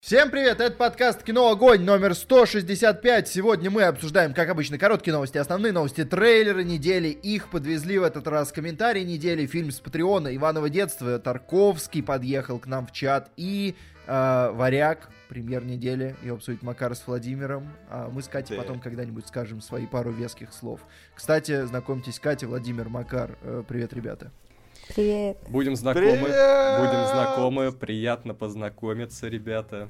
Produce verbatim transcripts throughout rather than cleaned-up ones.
Всем привет, это подкаст «Кино Огонь» номер сто шестьдесят пять. Сегодня мы обсуждаем, как обычно, короткие новости, основные новости, трейлеры недели. Их подвезли в этот раз комментарии недели, фильм с Патреона, Иваново детство, Тарковский подъехал к нам в чат и э, Варяг, премьер недели, ее обсудит Макар с Владимиром. А мы с Катей Да. потом когда-нибудь скажем свои пару веских слов. Кстати, знакомьтесь, Катя, Владимир, Макар. Э, привет, ребята. Привет. Будем знакомы, Привет! будем знакомы, приятно познакомиться, ребята.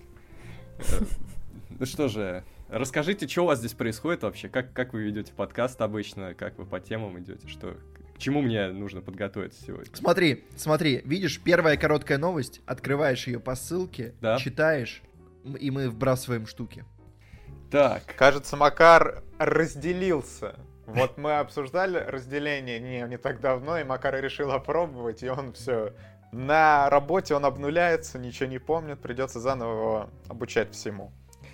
Э, Ну что же, расскажите, что у вас здесь происходит вообще, как, как вы ведете подкаст обычно, как вы по темам идете, что, к чему мне нужно подготовиться сегодня? Смотри, смотри, видишь, первая короткая новость, открываешь ее по ссылке, Да. читаешь, м- и мы вбрасываем штуки. Так, Кажется, Макар разделился. Вот мы обсуждали разделение не, не так давно, и Макар решил опробовать, и он все на работе он обнуляется, ничего не помнит, придется заново его обучать всему.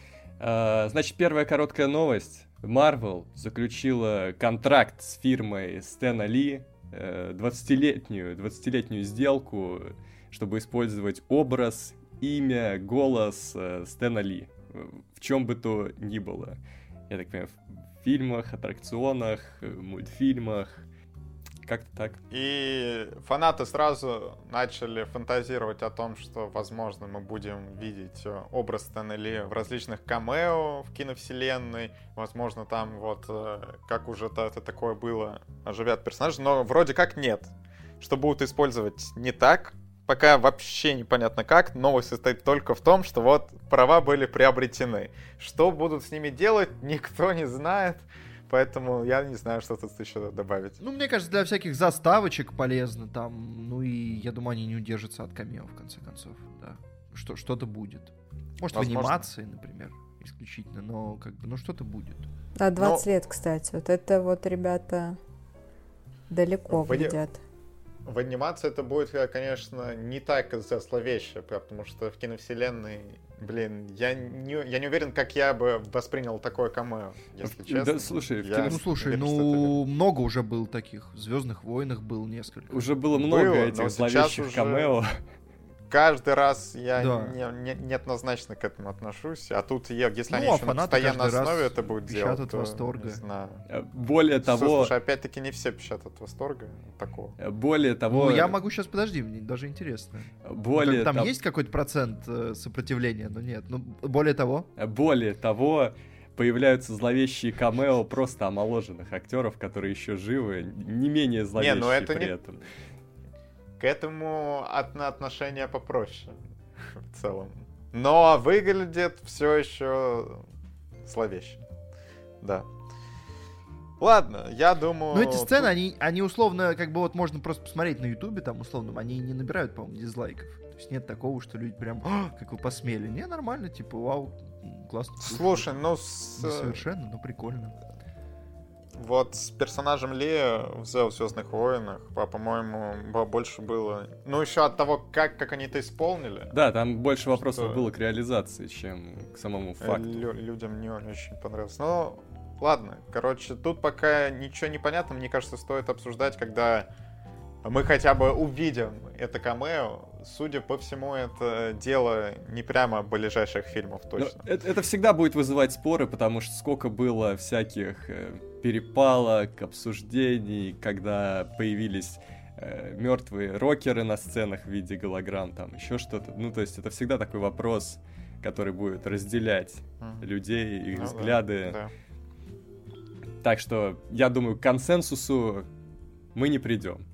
э, значит, первая короткая новость. Marvel заключила контракт с фирмой Стэна Ли, э, двадцатилетнюю, двадцатилетнюю сделку, чтобы использовать образ, имя, голос э, Стэна Ли, э, в чем бы то ни было. Я так понимаю, в фильмах, аттракционах, э, мультфильмах, как-то так. И фанаты сразу начали фантазировать о том, что, возможно, мы будем видеть э, образ Стэна Ли в различных камео в киновселенной. Возможно, там вот, э, как уже это, это такое было, оживят персонажи. Но вроде как нет. Что будут использовать не так, пока вообще непонятно как. Новость состоит только в том, что вот права были приобретены. Что будут с ними делать, никто не знает. Поэтому я не знаю, что тут еще добавить. Ну, мне кажется, для всяких заставочек полезно там. Ну и я думаю, они не удержатся от камео, в конце концов. Да. Что, что-то будет. Может, Возможно. в анимации, например, исключительно, но как бы, ну что-то будет. Да, двадцать Ну- лет, кстати. Вот это вот ребята далеко Вы не- глядят. В анимации это будет, конечно, не так зловеще, потому что в киновселенной, блин, я не, я не уверен, как я бы воспринял такое камео, если честно. Да, слушай, в Я- кино- Ну, слушай, уверен, что ну, много уже было таких. В «Звездных войнах» был несколько. Уже было много Было, но этих сейчас зловещих уже- камео. Каждый раз я Да. не- не- неоднозначно к этому отношусь, а тут, я- если они Ну, а еще на фанаты постоянной каждый раз основе это будут пищат делать, от то, восторга. не знаю. Э, Более того, Слушай, опять-таки не все пищат от восторга такого. э, более того, Ну, я могу сейчас, подожди, мне даже интересно. более Там того- есть какой-то процент э, сопротивления, но нет. Ну, более того, Более того, появляются зловещие камео просто омоложенных актеров, которые еще живы, не менее зловещие ну это при не- этом. К этому от- отношение попроще в целом. Но выглядит все еще зловеще. Да. Ладно, я думаю... ну эти сцены, тут- они, они условно, как бы вот можно просто посмотреть на ютубе, там условно, они не набирают, по-моему, дизлайков. То есть нет такого, что люди прям, «А, как вы посмели. Не, нормально, типа, вау, м, классно. Слушай, ну с... Несовершенно, но прикольно. Вот с персонажем Ли в «Звездных войнах», по- по-моему, бо- больше было... Ну, еще от того, как, как они это исполнили. Да, там больше вопросов Что- было к реализации, чем к самому э, факту. лю- людям не очень понравилось. Ну, ладно. Короче, тут пока ничего не понятно. Мне кажется, стоит обсуждать, когда мы хотя бы увидим это камео. Судя по всему, это дело не прямо ближайших фильмов, Но точно. это, это всегда будет вызывать споры, потому что сколько было всяких э, перепалок, обсуждений, когда появились э, мертвые рокеры на сценах в виде голограмм, там еще что-то. Ну, то есть это всегда такой вопрос, который будет разделять Мгм. людей, их Ну да, взгляды. да. Так что, я думаю, к консенсусу мы не придем.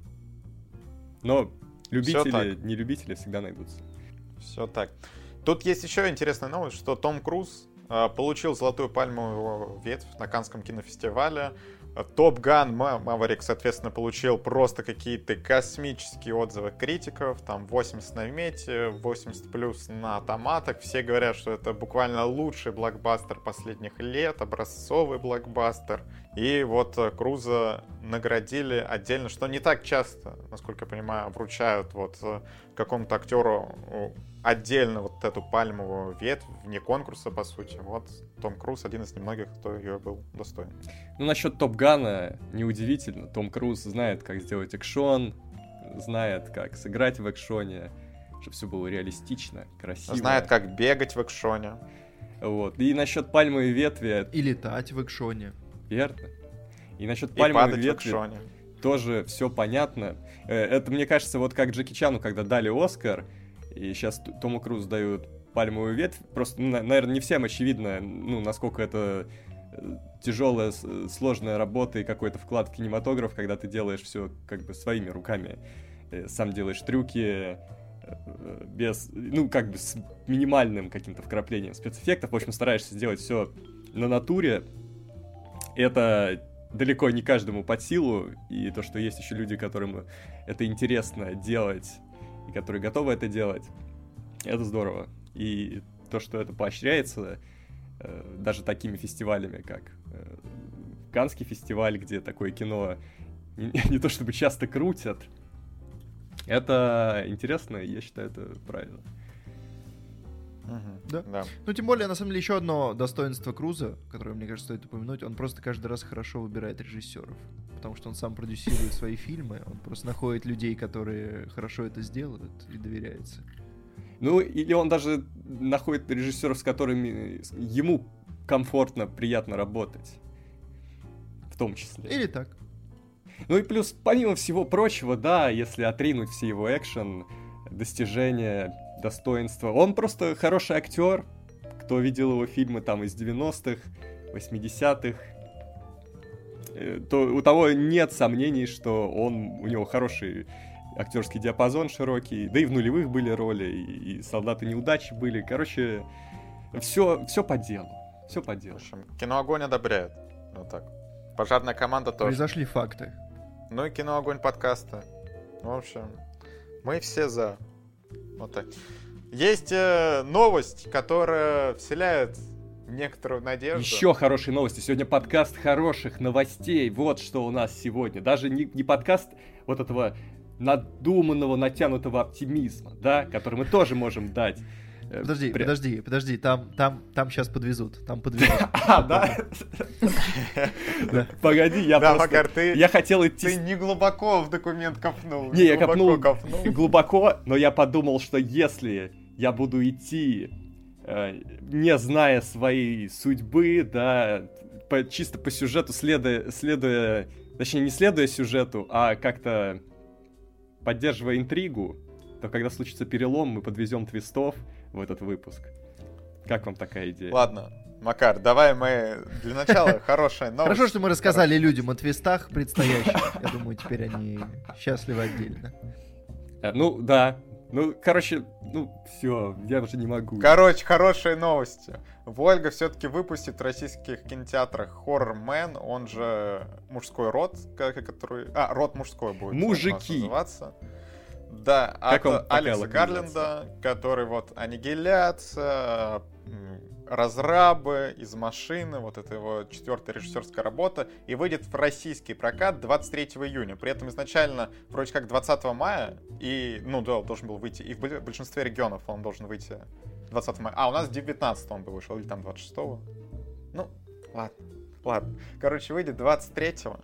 Но любители, так. не любители всегда найдутся. Все так. Тут есть еще интересная новость, что Том Круз э, получил золотую пальмовую ветвь на Каннском кинофестивале. Топ Ган Маверик, соответственно, получил просто какие-то космические отзывы критиков. Там восемьдесят на мете, восемьдесят плюс на томатах. Все говорят, что это буквально лучший блокбастер последних лет, образцовый блокбастер. И вот э, Круза наградили отдельно, что не так часто, насколько я понимаю, вручают вот э, какому-то актеру э, отдельно вот эту пальмовую ветвь вне конкурса, по сути. Вот Том Круз один из немногих, кто ее был достоин. Ну, насчет Топ Гана неудивительно. Том Круз знает, как сделать экшон, знает, как сыграть в экшоне. чтобы все было реалистично, красиво. Знает, как бегать в экшоне. Вот. И насчет пальмовой ветви... И летать в экшоне. Верно. И насчет И пальмовой падать в ветви экшоне. тоже все понятно. Э, Это, мне кажется, вот как Джеки Чану, когда дали Оскар, и сейчас Т- Тому Крузу дают пальмовую ветвь, просто, ну, на- наверное, не всем очевидно, ну, насколько это э, тяжелая, с- сложная работа и какой-то вклад в кинематограф, когда ты делаешь все как бы своими руками. Э, Сам делаешь трюки, э, без, ну, как бы с минимальным каким-то вкраплением спецэффектов. В общем, стараешься сделать все на натуре. Это далеко не каждому под силу, и то, что есть еще люди, которым это интересно делать, и которые готовы это делать, это здорово. И то, что это поощряется э, даже такими фестивалями, как э, Каннский фестиваль, где такое кино не, не то чтобы часто крутят, это интересно, и я считаю, это правильно. Мгм. Да. Да. Ну, тем более, на самом деле, еще одно достоинство Круза, которое, мне кажется, стоит упомянуть, он просто каждый раз хорошо выбирает режиссеров. Потому что он сам продюсирует свои фильмы, он просто находит людей, которые хорошо это сделают, и доверяется. Ну, или он даже находит режиссеров, с которыми ему комфортно, приятно работать. В том числе. Или так. Ну и плюс, помимо всего прочего, да, если отринуть все его экшен, достижения, достоинства, он просто хороший актер. Кто видел его фильмы там из девяностых, восьмидесятых, э, то у того нет сомнений, что он, у него хороший актерский диапазон широкий, да и в нулевых были роли, и, и «Солдаты неудачи» были. Короче, все, все по делу. Все по В делу. общем, кино огонь одобряет. Вот так. Пожарная команда тоже. Произошли факты. Ну и кино огонь подкаста. В общем, мы все за. Вот так. Есть э, новость, которая вселяет некоторую надежду. Еще хорошие новости. Сегодня подкаст хороших новостей. Вот что у нас сегодня. Даже не, не подкаст вот этого надуманного, натянутого оптимизма, да, который мы тоже можем дать. Э, Подожди, пря- подожди, подожди, там, там, там сейчас подвезут, там подвезут. А, да? Да. Погоди, я Да, просто... Макар, ты, Я хотел идти... ты с- не глубоко в документ копнул. Не, я глубоко копнул копнул. глубоко, но я подумал, что если я буду идти, э, не зная своей судьбы, да, по- чисто по сюжету, следуя, следуя, точнее, не следуя сюжету, а как-то поддерживая интригу, то когда случится перелом, мы подвезем твистов в этот выпуск. Как вам такая идея? Ладно, Макар, давай мы для начала хорошая новость. Хорошо, что мы рассказали людям о твистах предстоящих. Я думаю, теперь они счастливы отдельно. Э, Ну, да. Ну, короче, ну, все, я уже не могу. Короче, хорошие новости. Вольга все-таки выпустит в российских кинотеатрах Horror Man, он же мужской род, ка- который... А, род мужской будет у нас Мужики. называться. Да, Как от он- такая Алекса локализация? Гарленда, который вот аннигиляция, м, разрабы из машины, вот это его четвертая режиссерская работа, и выйдет в российский прокат двадцать третьего июня. При этом изначально вроде как двадцатого мая, и, ну да, он должен был выйти, и в бо- большинстве регионов он должен выйти двадцатого мая. А, у нас девятнадцатого он бы вышел, или там двадцать шестого. Ну, ладно, ладно. Короче, выйдет двадцать третьего.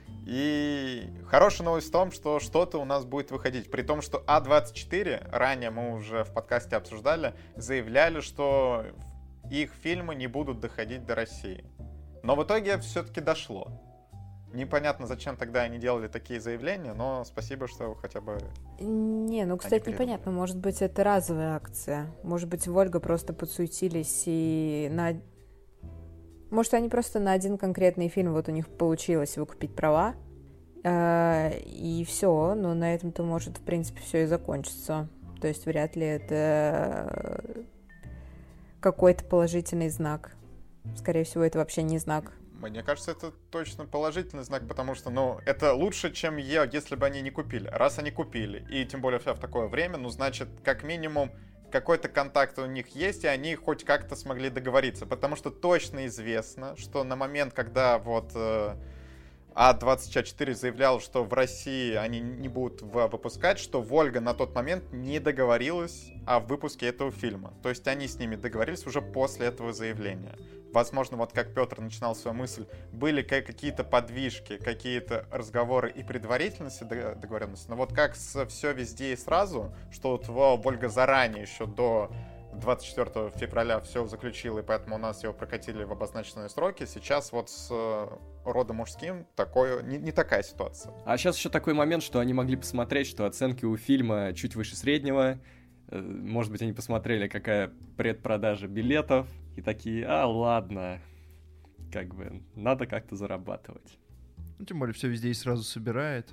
И хорошая новость в том, что что-то у нас будет выходить. При том, что А двадцать четыре, ранее мы уже в подкасте обсуждали, заявляли, что их фильмы не будут доходить до России. Но в итоге все-таки дошло. Непонятно, зачем тогда они делали такие заявления, но спасибо, что хотя бы... Не, ну, кстати, придумали. непонятно, может быть, это разовая акция. Может быть, Вольга просто подсуетились и на... Может, они просто на один конкретный фильм, вот у них получилось выкупить права, э, и все, но на этом-то может, в принципе, все и закончиться. То есть вряд ли это какой-то положительный знак. Скорее всего, это вообще не знак. Мне кажется, это точно положительный знак, потому что, ну, это лучше, чем я, если бы они не купили. Раз они купили, и тем более в такое время, ну, значит, как минимум, какой-то контакт у них есть, и они хоть как-то смогли договориться. Потому что точно известно, что на момент, когда вот э, А двадцать четыре заявлял, что в России они не будут выпускать, что Вольга на тот момент не договорилась о выпуске этого фильма. То есть они с ними договорились уже после этого заявления. Возможно, вот как Петр начинал свою мысль, были какие-то подвижки, какие-то разговоры и предварительности, договоренности. Но вот как все везде и сразу, что вот Вольга заранее, еще до двадцать четвёртого февраля все заключила, и поэтому у нас его прокатили в обозначенные сроки. Сейчас вот с «Родом мужским» такое, не, не такая ситуация. А сейчас еще такой момент, что они могли посмотреть, что оценки у фильма чуть выше среднего. Может быть, они посмотрели, какая предпродажа билетов, и такие, а, ладно, как бы, надо как-то зарабатывать. Ну, тем более, все везде и сразу собирает.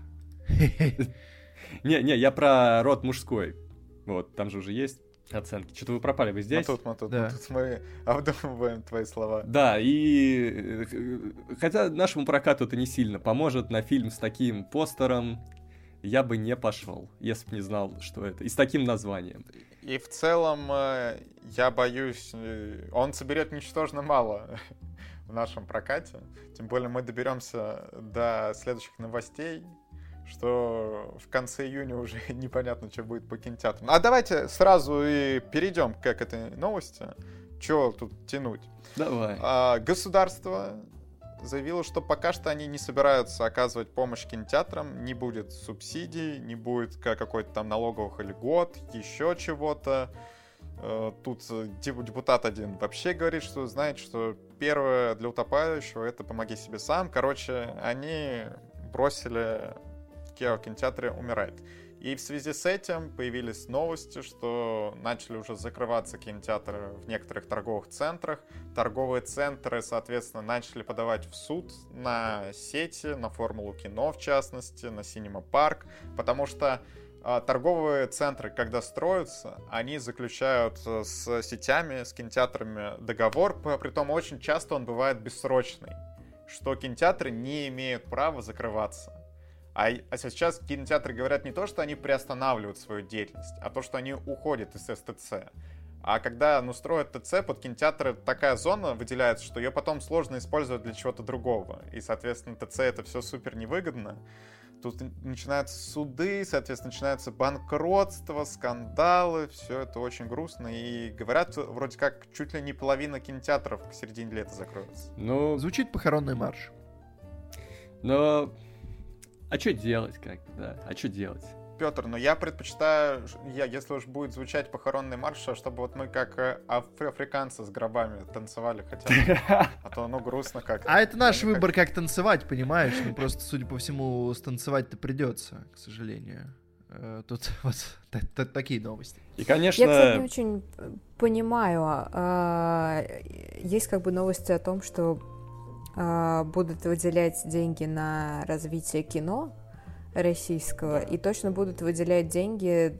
Не-не, я про «Род мужской». Вот, там же уже есть оценки. Что-то вы пропали, вы здесь? Мы тут, мы тут, да. мы тут мы обдумываем твои слова. Да, и хотя нашему прокату это не сильно поможет, на фильм с таким постером я бы не пошел, если бы не знал, что это. И с таким названием. И в целом, я боюсь, он соберет ничтожно мало в нашем прокате. Тем более мы доберемся до следующих новостей, что в конце июня уже непонятно, что будет по кинотеатрам. А давайте сразу и перейдем к этой новости. Чего тут тянуть? Давай. А, государство заявило, что пока что они не собираются оказывать помощь кинотеатрам, не будет субсидий, не будет какой-то там налоговых льгот, еще чего-то. Тут депутат один вообще говорит, что знает, что первое для утопающего — это «помоги себе сам». Короче, они бросили кинотеатры умирать. И в связи с этим появились новости, что начали уже закрываться кинотеатры в некоторых торговых центрах. Торговые центры, соответственно, начали подавать в суд на сети, на Формулу кино, в частности, на Cinema Park, потому что а, торговые центры, когда строятся, они заключают с сетями, с кинотеатрами договор, притом очень часто он бывает бессрочный, что кинотеатры не имеют права закрываться. А, а сейчас кинотеатры говорят не то, что они приостанавливают свою деятельность, а то, что они уходят из СТЦ. А когда ну, строят ТЦ, под кинотеатры такая зона выделяется, что ее потом сложно использовать для чего-то другого. И, соответственно, ТЦ это все супер невыгодно. Тут начинаются суды, соответственно, начинается банкротство, скандалы. Все это очень грустно. И говорят, вроде как, чуть ли не половина кинотеатров к середине лета закроется. Ну, Звучит похоронный марш. но... А что делать, как бы, да? А что делать? Петр, но я предпочитаю, я, если уж будет звучать похоронный марш, чтобы вот мы как афри- африканцы с гробами танцевали хотя бы. А то ну грустно как-то. А это наш Ну, выбор, как танцевать, понимаешь? Ну просто, судя по всему, станцевать-то придется, к сожалению. Э, Тут вот та- та- такие новости. И, конечно... Я, кстати, не очень понимаю. а, Есть как бы новости о том, что а, будут выделять деньги на развитие кино российского, и точно будут выделять деньги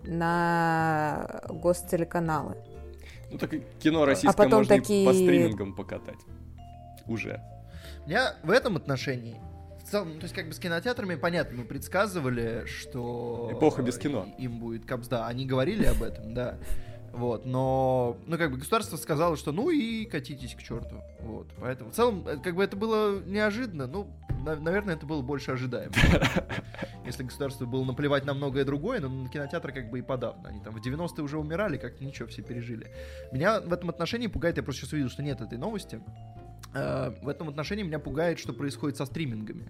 на гостелеканалы. Ну так и кино российское А потом можно такие- и по стримингам покатать. Уже. Я в этом отношении, в целом, ну, то есть как бы с кинотеатрами, понятно, мы предсказывали, что... Эпоха без кино. Им будет капс, да, они говорили об этом, да. Вот, но, ну, как бы государство сказало, что ну и катитесь к черту. Вот, поэтому в целом, э, как бы это было неожиданно, ну, на- наверное, это было больше ожидаемо. Если государство было наплевать на многое другое, но на кинотеатры как бы и подавно. Они там в девяностые уже умирали, как-то ничего, все пережили. Меня в этом отношении пугает, я просто сейчас увидел, что нет этой новости. Э, В этом отношении меня пугает, что происходит со стримингами.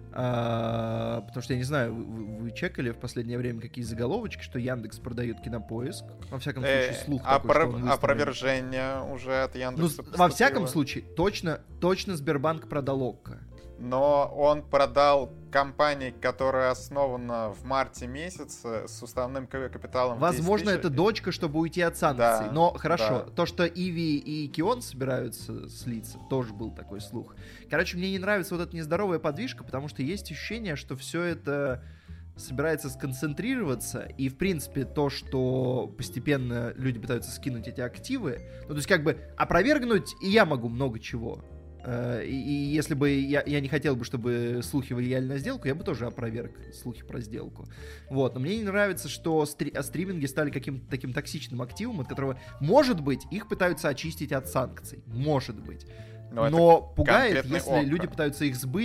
А, потому что, я не знаю, вы, вы- вы чекали в последнее время какие заголовочки, что Яндекс продает Кинопоиск? Во всяком случае, Э, слух такой, опро- что он выставлен. опровержение уже от Ну, Яндекса с- во всяком поступило. случае, точно, точно Сбербанк продал Окко. Но он продал компании, которая основана в марте месяце с уставным ка- капиталом в десять Возможно, тысяч. это дочка, чтобы уйти от санкций. Да, Но хорошо, да. то, что Иви и Кион собираются слиться, тоже был такой слух. Короче, мне не нравится вот эта нездоровая подвижка, потому что есть ощущение, что все это собирается сконцентрироваться, и, в принципе, то, что постепенно люди пытаются скинуть эти активы, ну, то есть, как бы, опровергнуть и я могу много чего. Э, И, и если бы я, я не хотел бы, чтобы слухи влияли на сделку, я бы тоже опроверг слухи про сделку. Вот, но мне не нравится, что стри- а стриминги стали каким-то таким токсичным активом, от которого, может быть, их пытаются очистить от санкций. Может быть. Но Но, это пугает, конкретный если Окко. люди пытаются их сбыть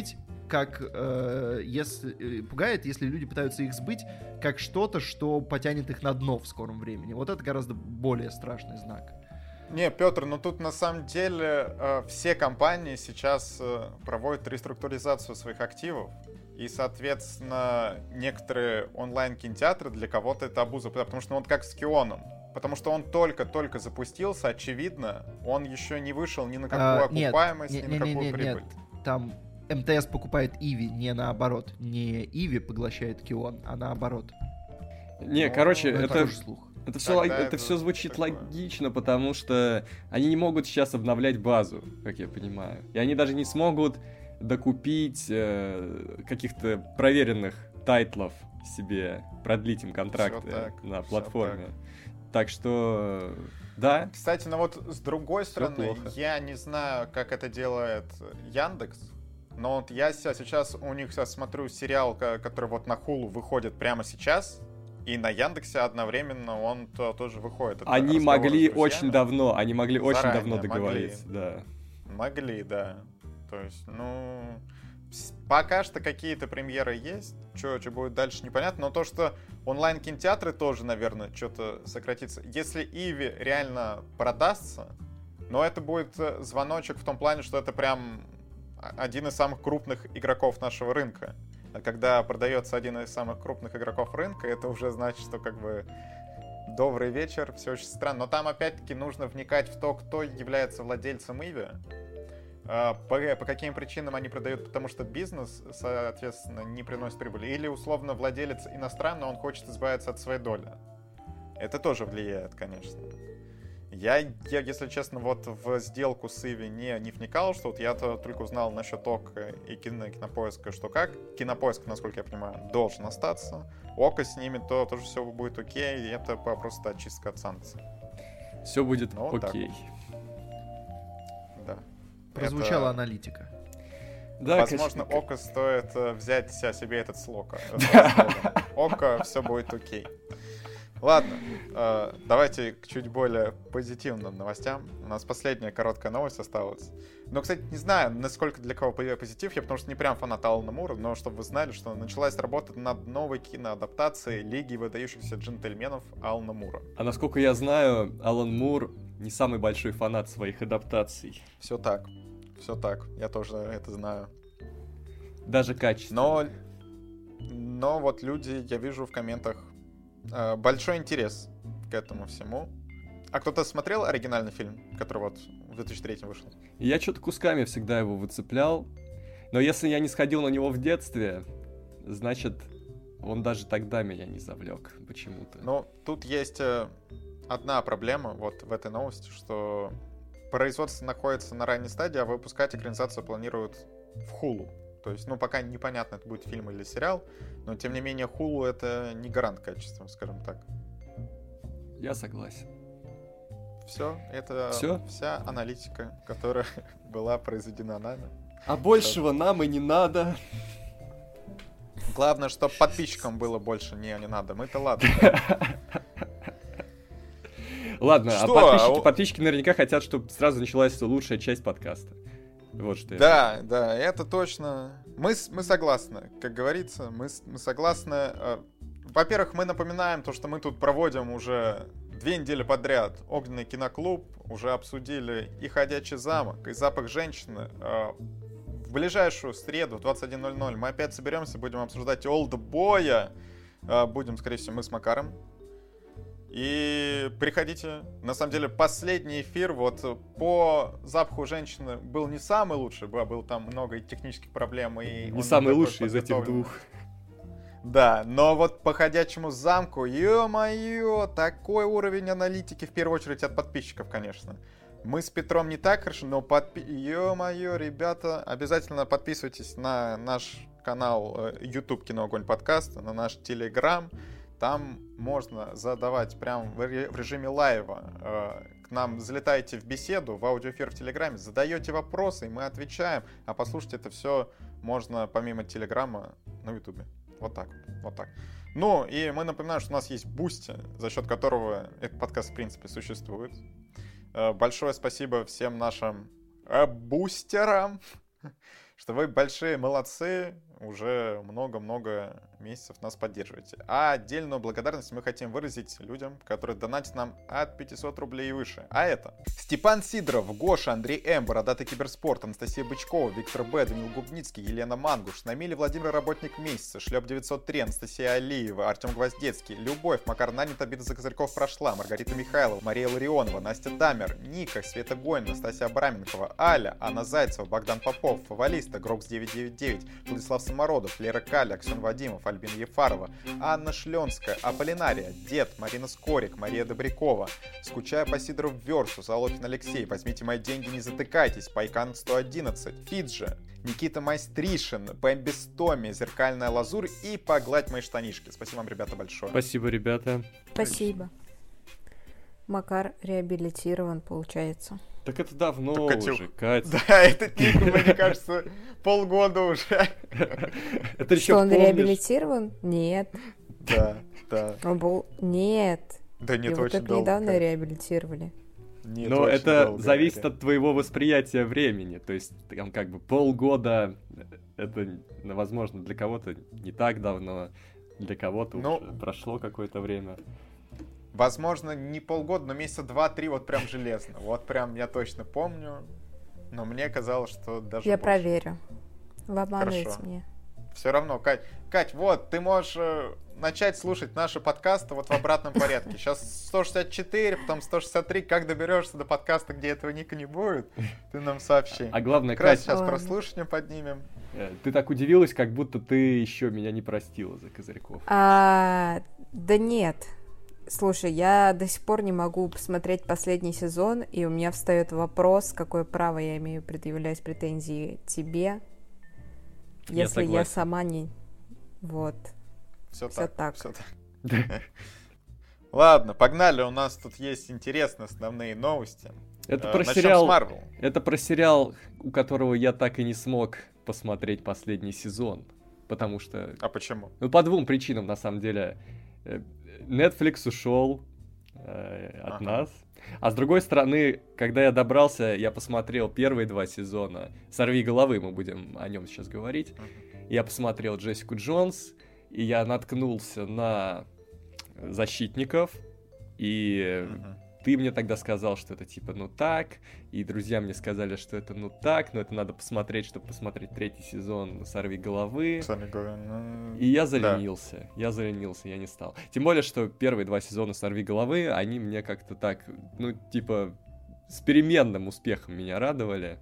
как э, если, э, пугает, если люди пытаются их сбыть, как что-то, что потянет их на дно в скором времени. Вот это гораздо более страшный знак. Не, Петр, ну тут на самом деле э, все компании сейчас э, проводят реструктуризацию своих активов. И, соответственно, некоторые онлайн-кинотеатры для кого-то это абуза. Потому что ну, вот как с Кионом. Потому что он только-только запустился, очевидно, он еще не вышел ни на какую а, окупаемость, нет, ни не, на какую не, не, прибыль. Нет. Там МТС покупает Иви, не наоборот. Не Иви поглощает Кион, а наоборот. Не, ну, короче, ну, это... Это все, это, это все звучит такое. логично, потому что они не могут сейчас обновлять базу, как я понимаю. И они даже не смогут докупить э, каких-то проверенных тайтлов себе, продлить им контракты так, на платформе. Так. так что, да. Кстати, ну вот с другой стороны, я не знаю, как это делает Яндекс, но вот я сейчас у них сейчас смотрю сериал, который вот на Hulu выходит прямо сейчас. И на Яндексе одновременно он то, тоже выходит. Это они могли очень давно, они могли Заранее очень давно договориться, могли. да. Могли, да. То есть, ну, пока что какие-то премьеры есть, что будет дальше непонятно, но то, что онлайн-кинотеатры тоже, наверное, что-то сократится. Если Иви реально продастся, но это будет звоночек в том плане, что это прям один из самых крупных игроков нашего рынка. А когда продается один из самых крупных игроков рынка, это уже значит, что как бы добрый вечер, все очень странно. Но там опять-таки нужно вникать в то, кто является владельцем Иви, по, по каким причинам они продают, потому что бизнес, соответственно, не приносит прибыли. Или, условно, владелец иностранный, он хочет избавиться от своей доли. Это тоже влияет, конечно. Я, я, если честно, вот в сделку с Иви не, не вникал, что вот я-то только узнал насчет Ока и кино, Кинопоиска, что как. Кинопоиск, насколько я понимаю, должен остаться. Ока с ними, то тоже все будет окей, и это просто очистка от санкций. Все будет ну, окей. Да. Прозвучала это... аналитика. Да, возможно, конечно. Ока стоит взять себе этот слог. Ока, все будет окей. Ладно, э, давайте к чуть более позитивным новостям. У нас последняя короткая новость осталась. Но, кстати, не знаю, насколько для кого позитив, я потому что не прям фанат Алана Мура, но чтобы вы знали, что началась работа над новой киноадаптацией Лиги выдающихся джентльменов Алана Мура. А насколько я знаю, Алан Мур не самый большой фанат своих адаптаций. Все так, все так, я тоже это знаю. Даже качественно. Но, но вот люди, я вижу в комментах, большой интерес к этому всему. А кто-то смотрел оригинальный фильм, который вот в две тысячи третьем вышел? Я что-то кусками всегда его выцеплял. Но если я не сходил на него в детстве, значит, он даже тогда меня не завлек почему-то. Ну, тут есть одна проблема вот в этой новости, что производство находится на ранней стадии, а выпускать экранизацию планируют в Hulu. То есть, ну, пока непонятно, это будет фильм или сериал, но, тем не менее, Hulu — это не гарант качества, скажем так. Я согласен. Все, это Всё? вся аналитика, которая была произведена нами. А большего что... нам и не надо. Главное, чтобы подписчикам было больше не, не надо. Мы-то ладно. Ладно, а подписчики, подписчики наверняка хотят, чтобы сразу началась лучшая часть подкаста. Вот что да, я... да, это точно. Мы, мы согласны, как говорится, мы, мы согласны. Во-первых, мы напоминаем то, что мы тут проводим уже две недели подряд огненный киноклуб, уже обсудили и «Ходячий замок», и «Запах женщины». В ближайшую среду в двадцать один ноль ноль мы опять соберемся, будем обсуждать «Олдбоя». Будем, скорее всего, мы с Макаром. И приходите. На самом деле, последний эфир вот по «Запаху женщины» был не самый лучший, был там много технических проблем. И не самый лучший из этих двух. Да, но вот по «Ходячему замку», ё-моё, такой уровень аналитики, в первую очередь от подписчиков, конечно. Мы с Петром не так хорошо, но подпи... ё-моё, ребята, обязательно подписывайтесь на наш канал YouTube «Кино Огонь Подкаст», на наш Telegram. Там можно задавать прям в режиме лайва. К нам залетаете в беседу, в аудиоэфир в Телеграме, задаете вопросы, и мы отвечаем. А послушать это все можно помимо Телеграма на Ютубе. Вот так, вот так. Ну, и мы напоминаем, что у нас есть Бусти, за счет которого этот подкаст, в принципе, существует. Большое спасибо всем нашим бустерам, что вы большие молодцы, уже много-много месяцев нас поддерживаете. А отдельную благодарность мы хотим выразить людям, которые донатят нам от пятьсот рублей и выше. А это Степан Сидоров, Гоша, Андрей М, Бородатый Киберспорт, Анастасия Бычкова, Виктор Б, Данил Губницкий, Елена Мангуш, Намили Владимир Работник Месяца, Шлеп девятьсот три, Анастасия Алиева, Артем Гвоздецкий, Любовь, Макар Нанит, Обида за козырьков прошла, Маргарита Михайлова, Мария Ларионова, Настя Дамер, Ника, Света Гойн, Настасья Абраменкова, Аля, Анна Зайцева, Богдан Попов, Фавалиста, Грокс девятьсот девяносто девять, Владислав Самородов, Лера Каля, Аксен Вадимов, Альбина Ефарова, Анна Шленская, Аполлинария, Дед, Марина Скорик, Мария Добрякова, Скучая по Сидоров Версу, Залокин Алексей, Возьмите мои деньги, не затыкайтесь, Пайкан сто одиннадцать, Фиджи, Никита Майстришин, Бэмби Стоми, Зеркальная лазурь и Погладь мои штанишки. Спасибо вам, ребята, большое. Спасибо, ребята. Спасибо. Макар реабилитирован, получается. Так это давно Так, уже, Катюх. Катя. Да, этот ник, мне кажется, полгода уже. Это еще Что, он помнишь? реабилитирован? Нет. Да, да. Он был... Нет. Да нет, Его очень только долго. недавно реабилитировали. Нет, Но очень это долго. зависит от твоего восприятия времени. То есть, там как бы полгода, это, ну, возможно, для кого-то не так давно, для кого-то Ну, уже прошло какое-то время. Возможно, не полгода, но месяца два-три вот прям железно. Вот прям я точно помню. Но мне казалось, что даже Я больше. проверю. Вы обманываете Хорошо. меня. Все равно, Кать, Кать, вот, ты можешь э, начать слушать наши подкасты вот в обратном порядке. Сейчас сто шестьдесят четыре, потом сто шестьдесят три. Как доберешься до подкаста, где этого ника не будет, ты нам сообщи. А главное, Как раз Катя, сейчас Ладно. прослушивание поднимем. э, ты так удивилась, как будто ты еще меня не простила за козырьков. А, да нет. Слушай, я до сих пор не могу посмотреть последний сезон, и у меня встает вопрос, какое право я имею предъявлять претензии тебе, Я если я согласен. сама не... Вот. Все Всё так. так. всё так. Ладно, погнали. У нас тут есть интересные основные новости. Это Э, про начнем сериал... с Marvel. Это про сериал, у которого я так и не смог посмотреть последний сезон. Потому что... А почему? Ну, по двум причинам, на самом деле. Э, Netflix ушел э, от Ага. нас. А с другой стороны, когда я добрался, я посмотрел первые два сезона. «Сорви головы», мы будем о нем сейчас говорить. Я посмотрел «Джессику Джонс», и я наткнулся на «Защитников», и Мгм. ты мне тогда сказал, что это типа ну так, и друзья мне сказали, что это ну так, но это надо посмотреть, чтобы посмотреть третий сезон «Сорви головы». Сами говорят, ну, И я да. заленился, я заленился, я не стал. Тем более, что первые два сезона «Сорви головы», они мне как-то так, ну, типа, с переменным успехом меня радовали.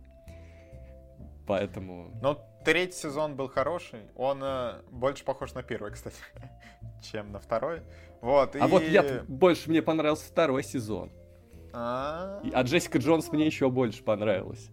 Поэтому... Ну, третий сезон был хороший. Он э, больше похож на первый, кстати, чем на второй. Вот, А и... вот я больше, мне понравился второй сезон. А, И- А Джессика Джонс мне еще больше понравилась.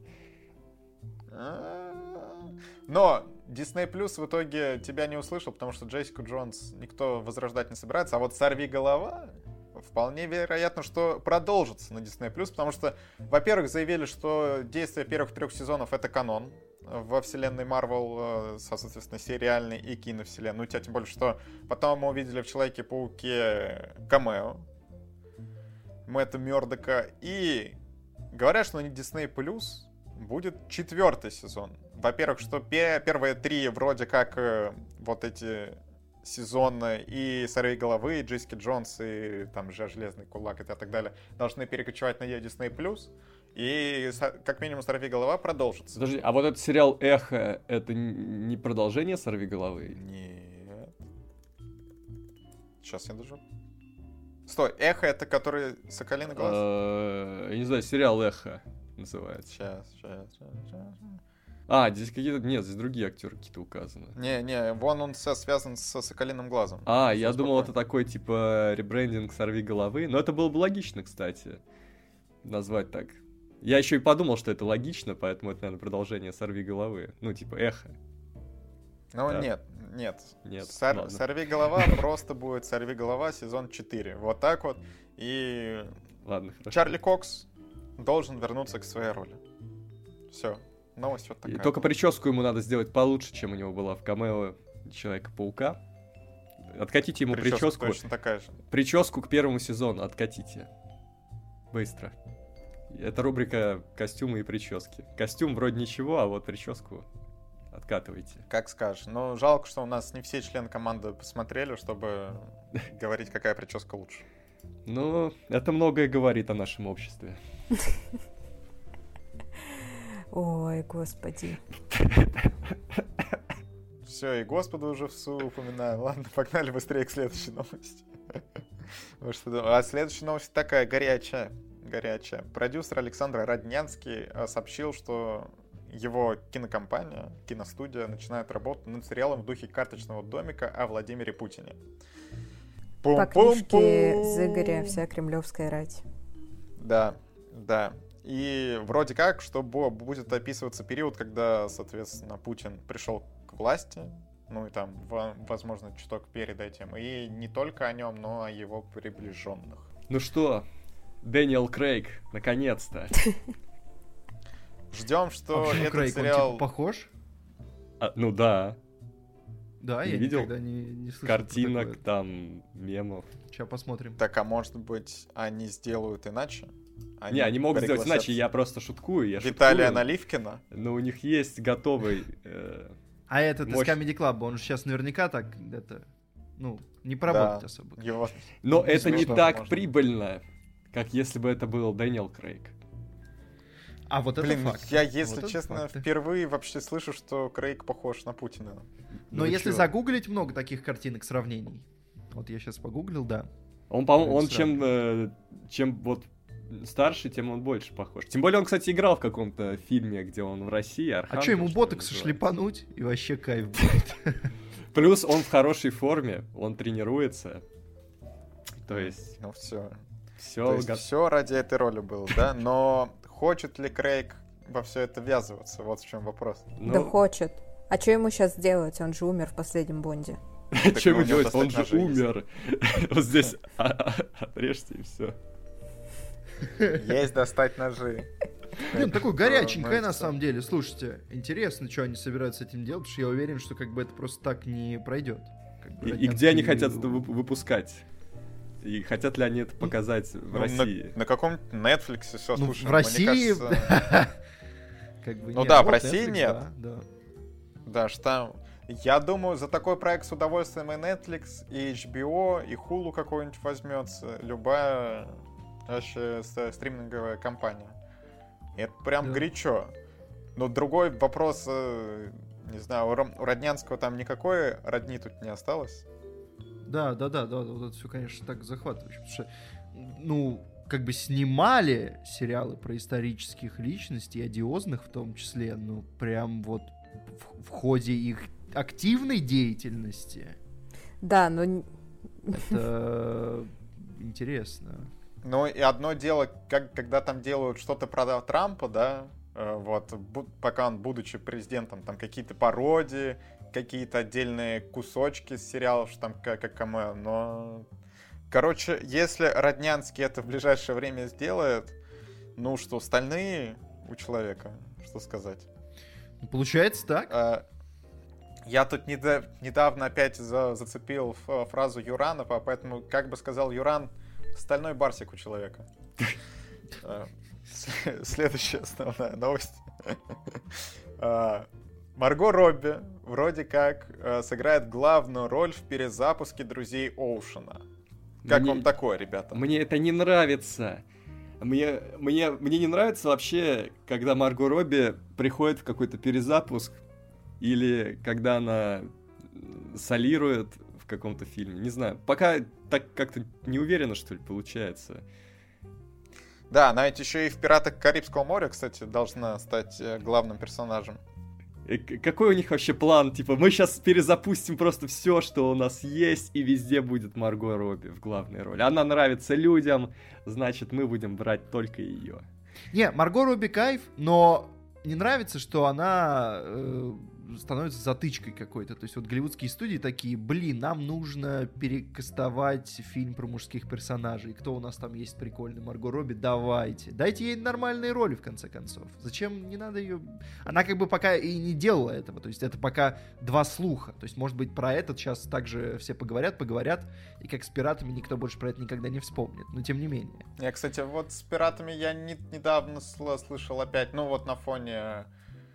а. Но Disney Plus в итоге тебя не услышал, потому что Джессику Джонс никто возрождать не собирается. А вот «Сорви голова» вполне вероятно, что продолжится на Disney Plus, потому что, во-первых, заявили, что действие первых трех сезонов — это канон во вселенной Marvel, э, соответственно, сериальной и киновселенной. Ну, у тебя тем более, что потом мы увидели в Человеке-пауке камео Мэтта Мёрдока. И говорят, что на Disney Plus будет четвертый сезон. Во-первых, что пе- первые три вроде как э, вот эти сезоны и «Сорви головы», и «Джессики Джонс», и там же «Железный кулак» и так далее должны перекочевать на Disney Plus. И со- как минимум «Сорви голова» продолжится. Подожди, а вот этот сериал «Эхо» — это н- не продолжение «Сорви головы»? Нет. Сейчас я даже... Стой, «Эхо» — это который «Соколиный глаз»? Э, Я не знаю, сериал «Эхо» называется. Сейчас, сейчас, сейчас, сейчас. А, здесь какие-то... Нет, здесь другие актеры какие-то указаны. Не-не, вон он со- связан со «Соколиным глазом». А, Всё я думал, спокойно. это такой, типа, ребрендинг «Сорви головы». Но это было бы логично, кстати, назвать так. Я еще и подумал, что это логично, поэтому это, наверное, продолжение «Сорви головы». Ну, типа, «Эхо». Ну Да. нет, нет. Нет, Сор- ладно. «Сорви голова» просто будет «Сорви голова» сезон четыре. Вот так вот. И Ладно, хорошо. Чарли Кокс должен вернуться к своей роли. Все. Новость вот И такая. только прическу ему надо сделать получше, чем у него была в камео Человека-паука. Откатите ему Прическа прическу. точно такая же. Прическу к первому сезону откатите. Быстро. Это рубрика «Костюмы и прически». Костюм вроде ничего, а вот прическу Откатывайте. Как скажешь. Но жалко, что у нас не все члены команды посмотрели, чтобы говорить, какая прическа лучше. Ну, это многое говорит о нашем обществе. Ой, господи. Все, и Господа уже в СУ упоминаю. Ладно, погнали быстрее к следующей новости. А следующая новость такая горячая. Горячая. Продюсер Александр Роднянский сообщил, что его кинокомпания, киностудия начинает работу над сериалом в духе карточного домика о Владимире Путине. По книжке Зыгоря «Вся кремлевская рать». Да, да. И вроде как, что будет описываться период, когда, соответственно, Путин пришел к власти, ну и там, возможно, чуток перед этим. И не только о нем, но и о его приближенных. Ну что, Дэниел Крейг, наконец-то. Ждем, что а этот Крейг, сериал... он, типа, похож? А, ну да. Да, не я видел никогда не, не слышал. Картинок, там, мемов. Сейчас посмотрим. Так, а может быть, они сделают иначе? Они не, они могут сделать иначе, я просто шуткую. Я Виталия шуткую, Наливкина? Но у них есть готовый... Э, а этот мощь... из Comedy Club, он же сейчас наверняка так, это, ну, не поработать да, особо. Его... Но это не так можно. прибыльно, как если бы это был Дэниел Крейг. А вот это Блин, факт. я, если вот честно, впервые вообще слышу, что Крейг похож на Путина. Но ну если чё? загуглить много таких картинок, сравнений, вот я сейчас погуглил, да. Он, по-моему, он чем, э, чем вот старше, тем он больше похож. Тем более он, кстати, играл в каком-то фильме, где он в России. А что, ему ботокс шлепануть, и вообще кайф будет. Плюс он в хорошей форме, он тренируется. То есть... Ну все. Все, То есть го... все ради этой роли было, да? Но хочет ли Крейг во все это ввязываться? Вот в чем вопрос. Ну... Да хочет. А что ему сейчас делать? Он же умер в последнем Бонде. Что ему делать? Он же умер. Вот здесь отрежьте и все. Есть достать ножи. Блин, такой горяченькая на самом деле. Слушайте, интересно, что они собираются с этим делать, потому что я уверен, что как бы это просто так не пройдет. И где они хотят это выпускать? И хотят ли они это показать в ну, России? На, на каком Netflix все, ну, слушай, в России... кажется... как бы ну нет. да, вот в России Netflix, нет. Да, да. да, что... Я думаю, за такой проект с удовольствием и Netflix, и эйч би о, и Hulu какой-нибудь возьмется. Любая вообще стриминговая компания. Это прям да. горячо. Но другой вопрос, не знаю, у Роднянского там никакой родни тут не осталось? Да, да, да, да, вот это все, конечно, так захватывающе, потому что, ну, как бы снимали сериалы про исторических личностей, одиозных в том числе, ну, прям вот в, в ходе их активной деятельности. Да, но... Это интересно. Ну, и одно дело, как, когда там делают что-то про Трампа, да, вот, пока он, будучи президентом, там какие-то пародии, какие-то отдельные кусочки с сериалов, что там как, как камео, но... Короче, если Роднянский это в ближайшее время сделает, ну что, остальные у человека, что сказать? Получается так? А, я тут недав- недавно опять за- зацепил ф- фразу Юранова, поэтому, как бы сказал Юран, стальной барсик у человека. Следующая основная новость. Марго Робби вроде как э, сыграет главную роль в перезапуске «Друзей Оушена». Как мне, вам такое, ребята? Мне это не нравится. Мне, мне, мне не нравится вообще, когда Марго Робби приходит в какой-то перезапуск, или когда она солирует в каком-то фильме. Не знаю, пока так как-то не уверенно, что ли, получается. Да, она ведь еще и в «Пиратах Карибского моря», кстати, должна стать главным персонажем. Какой у них вообще план? Типа, мы сейчас перезапустим просто все, что у нас есть, и везде будет Марго Робби в главной роли. Она нравится людям, значит, мы будем брать только ее. Не, Марго Робби кайф, но не нравится, что она э, становится затычкой какой-то. То есть вот голливудские студии такие, блин, нам нужно перекастовать фильм про мужских персонажей. Кто у нас там есть прикольный? Марго Робби, давайте. Дайте ей нормальные роли, в конце концов. Зачем не надо ее... Она как бы пока и не делала этого. То есть это пока два слуха. То есть, может быть, про этот сейчас также все поговорят, поговорят, и как с «Пиратами» никто больше про это никогда не вспомнит. Но тем не менее. Я, кстати, вот с «Пиратами» я не, недавно сл- слышал опять, ну вот на фоне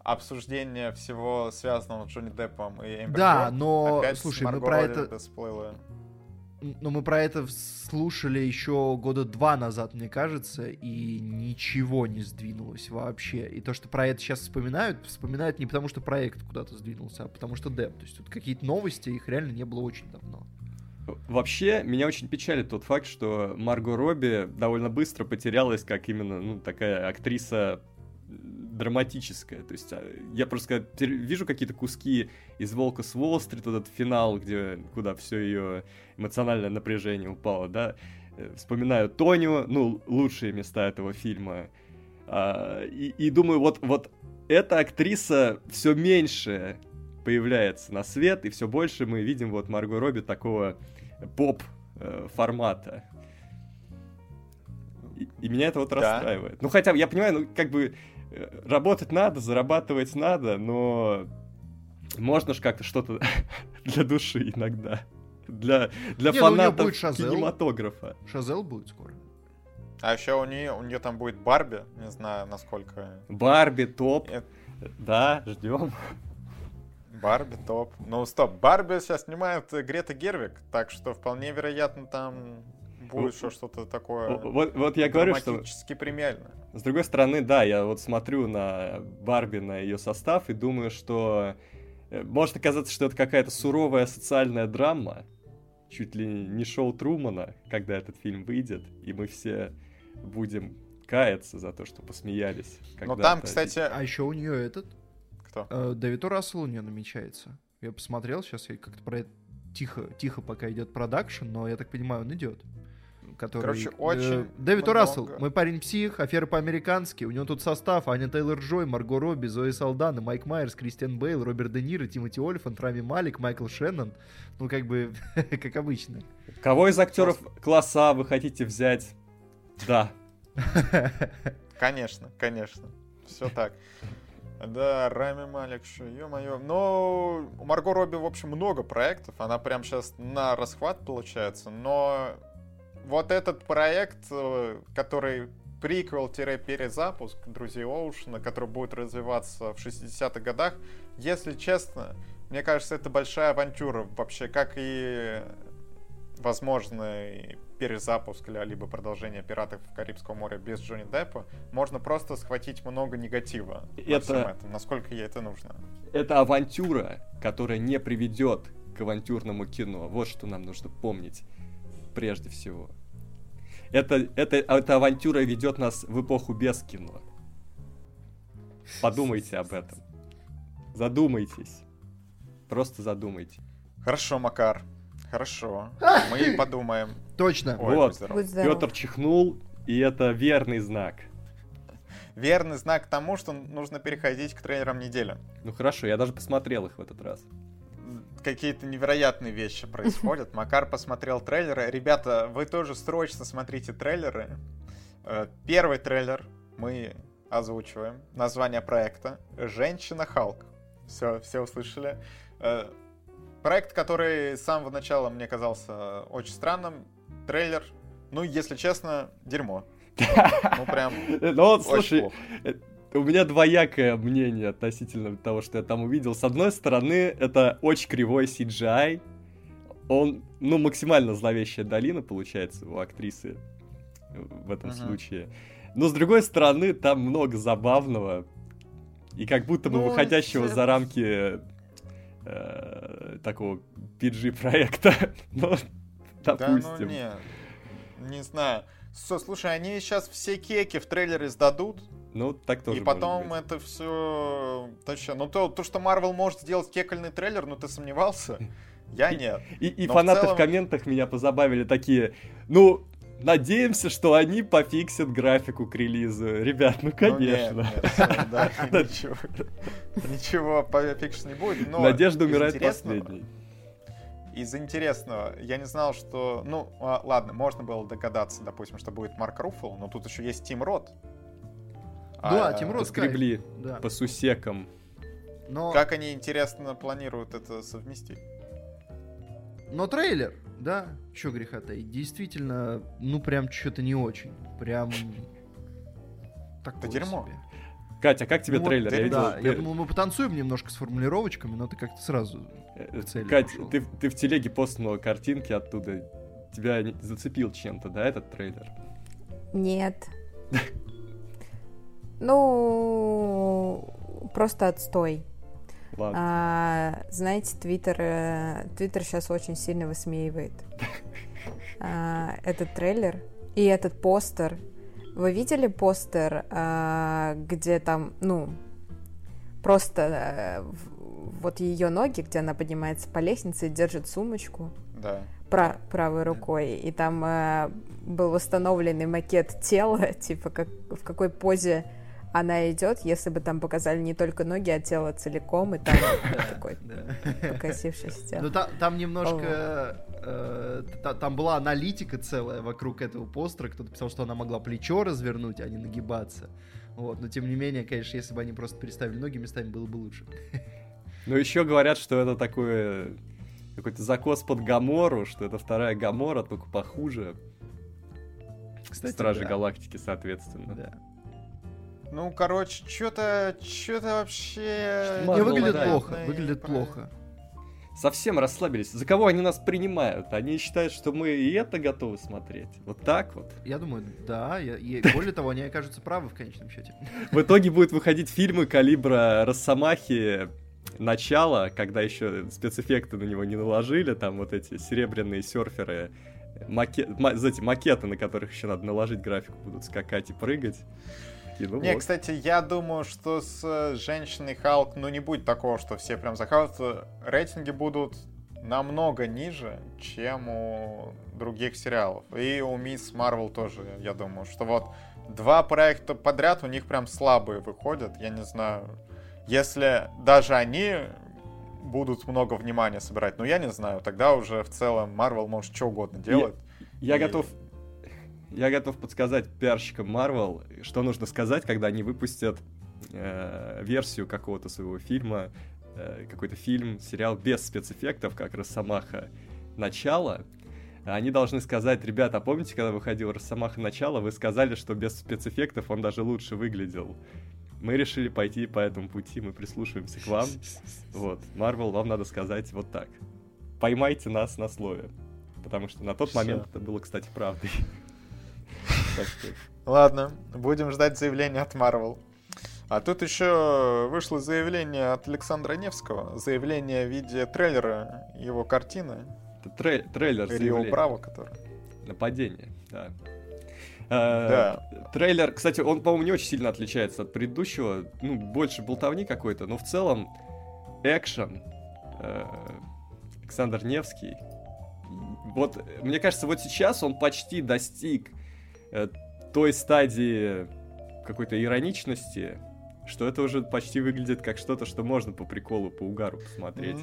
обсуждение всего связанного с Джонни Деппом и Эмбер Да, Хёрд, но, опять слушай, Марго мы про Робби это... всплыло. Но мы про это слушали еще года два назад, мне кажется, и ничего не сдвинулось вообще. И то, что про это сейчас вспоминают, вспоминают не потому, что проект куда-то сдвинулся, а потому что Депп. То есть тут какие-то новости, их реально не было очень давно. Вообще, меня очень печалит тот факт, что Марго Робби довольно быстро потерялась как именно, ну, такая актриса драматическая. То есть я просто вижу какие-то куски из «Волка с Уолл-стрит», вот этот финал, где, куда все ее эмоциональное напряжение упало, да, вспоминаю Тоню, ну, лучшие места этого фильма, а, и, и думаю, вот, вот эта актриса все меньше появляется на свет, и все больше мы видим вот Марго Робби такого поп-формата. И, и меня это вот да. расстраивает. Ну, хотя, я понимаю, ну, как бы, работать надо, зарабатывать надо, но можно же как-то что-то для души иногда. Для, для Не, фанатов ну, кинематографа. Шазел будет скоро. А еще у нее, у нее там будет Барби, не знаю, насколько... Барби, топ. Это... Да, ждем. Барби, топ. Ну, стоп, Барби сейчас снимает Грета Гервиг, так что вполне вероятно там будет ну, что-то такое вот, вот я говорю, что драматически премиальное. С другой стороны, да, я вот смотрю на Барби, на ее состав и думаю, что может оказаться, что это какая-то суровая социальная драма, чуть ли не шоу Трумана, когда этот фильм выйдет, и мы все будем каяться за то, что посмеялись. Но там, кстати... А еще у нее этот... Кто? Э, Дэвид О. Рассел у нее намечается. Я посмотрел, сейчас я как-то про это тихо, тихо пока идет продакшн, но я так понимаю, он идет. Который, Короче, очень э, Дэвид О. много... Рассел, «Мой парень псих», «Афера по-американски», у него тут состав: Аня Тейлор-Джой, Марго Робби, Зои Салдана, Майк Майерс, Кристиан Бейл, Роберт Де Ниро, Тимоти Олифант, Рами Малик, Майкл Шеннон. Ну, как бы, как обычно. Кого из актеров класса вы хотите взять? Да. Конечно, конечно. Все так. Да, Рами Малик, что, ё-моё. Но у Марго Робби, в общем, много проектов. Она прям сейчас на расхват получается. Но вот этот проект, который приквел-перезапуск «Друзей Оушена», который будет развиваться в шестидесятых годах, если честно, мне кажется, это большая авантюра вообще, как и возможный перезапуск либо продолжение «Пиратов Карибского моря» без Джонни Деппа. Можно просто схватить много негатива это... во всем этом, насколько ей это нужно. Это авантюра, которая не приведет к авантюрному кино. Вот что нам нужно помнить прежде всего. Это, это, эта авантюра ведет нас в эпоху без кино. Подумайте об этом. Задумайтесь. Просто задумайтесь. Хорошо, Макар. Хорошо. Мы подумаем. Точно. Ой, вот. Петр чихнул, и это верный знак. Верный знак к тому, что нужно переходить к трейлерам недели. Ну хорошо, я даже посмотрел их в этот раз. Какие-то невероятные вещи происходят. Макар посмотрел трейлеры. Ребята, вы тоже срочно смотрите трейлеры. Первый трейлер мы озвучиваем. Название проекта «Женщина-Халк». Все, все услышали. Проект, который с самого начала мне казался очень странным. Трейлер, ну, если честно, дерьмо. Ну, прям ну, слушай, у меня двоякое мнение относительно того, что я там увидел. С одной стороны, это очень кривой си джи ай. Он, ну, максимально зловещая долина, получается, у актрисы в этом uh-huh. случае. Но, с другой стороны, там много забавного. И как будто бы ну, выходящего это... за рамки э, такого пи джи-проекта. Ну, допустим. Да, ну, не, не знаю. Слушай, они сейчас все кеки в трейлере сдадут. Ну, так тоже. И потом это все... Точно. Ну, то, то, что Marvel может сделать кекальный трейлер, ну, ты сомневался? Я нет. И, и, и фанаты в, целом... в комментах меня позабавили такие, ну, надеемся, что они пофиксят графику к релизу. Ребят, ну, конечно. Ничего пофиксить не будет. Надежда умирает последней. Из интересного, я не знал, что... Ну, ладно, можно было догадаться, допустим, что будет Марк Руффало, но тут еще есть Тим Рот. Да, а, Тим Рот скребли да. по сусекам. Но... Как они, интересно, планируют это совместить? Но трейлер, да, чё греха таить, действительно, ну, прям что-то не очень. Прям... Это дерьмо. Катя, а как тебе Ну, трейлер? вот, Я видел, да, ты- я думал, мы потанцуем немножко с формулировочками, но ты как-то сразу э, к цели Кать, пошел. ты, ты в телеге постнула картинки оттуда. Тебя не- зацепил чем-то, да, этот трейлер? Нет. Ну, просто отстой. Ладно. А, знаете, Твиттер, э, Твиттер сейчас очень сильно высмеивает а, этот трейлер и этот постер. Вы видели постер, а, где там, ну, просто э, в- вот ее ноги, где она поднимается по лестнице и держит сумочку Да. пра- правой рукой, и там э, был восстановленный макет тела, типа как в какой позе она идет, если бы там показали не только ноги, а тело целиком, и там такой Да. покосившийся тело. Ну, та- там немножко... э, та- Там была аналитика целая вокруг этого постера. Кто-то писал, что она могла плечо развернуть, а не нагибаться. Вот. Но, тем не менее, конечно, если бы они просто переставили ноги местами, было бы лучше. Ну, еще говорят, что это такое... Какой-то закос под Гамору, что это вторая Гамора, только похуже. Кстати, Стражи да. Галактики, соответственно. Да. Ну, короче, что-то, что-то вообще... Что-то Не, Марвел, выглядит да, плохо, непонятное, выглядит неправильно. плохо. Совсем расслабились. За кого они нас принимают? Они считают, что мы и это готовы смотреть. Вот так вот. Я думаю, да. я- И более того, они окажутся правы в конечном счете. В итоге будут выходить фильмы калибра Росомахи начала, когда еще спецэффекты на него не наложили, там вот эти серебряные серферы, маке... ма- эти макеты, на которых еще надо наложить графику, будут скакать и прыгать. И ну Не, вот. кстати, я думаю, что с э, женщиной Халк, ну, не будет такого, что все прям захаваются. Рейтинги будут намного ниже, чем у других сериалов. И у Мисс Марвел тоже, я думаю, что вот два проекта подряд у них прям слабые выходят. Я не знаю, если даже они будут много внимания собирать, ну, я не знаю, тогда уже в целом Марвел может что угодно делать. Я И- готов... Я готов подсказать пиарщикам Marvel, что нужно сказать, когда они выпустят э, версию какого-то своего фильма, э, какой-то фильм, сериал без спецэффектов, как Росомаха Начало. Они должны сказать: ребята, помните, когда выходил Росомаха Начало, вы сказали, что без спецэффектов он даже лучше выглядел. Мы решили пойти по этому пути, мы прислушиваемся к вам. Вот, Marvel, вам надо сказать вот так. Поймайте нас на слове. Потому что на тот Всё. момент это было, кстати, правдой. Так что Ладно, будем ждать заявления от Marvel. А тут еще вышло заявление от Александра Невского. Заявление в виде трейлера его картины. это трей- трейлер Рио заявления. Браво, который. Нападение, да. Э, Да. Трейлер, кстати, он, по-моему, не очень сильно отличается от предыдущего. Ну, больше болтовни какой-то, но в целом экшен. э, Александр Невский. Вот, мне кажется, вот сейчас он почти достиг э, той стадии какой-то ироничности, что это уже почти выглядит как что-то, что можно по приколу, по угару посмотреть.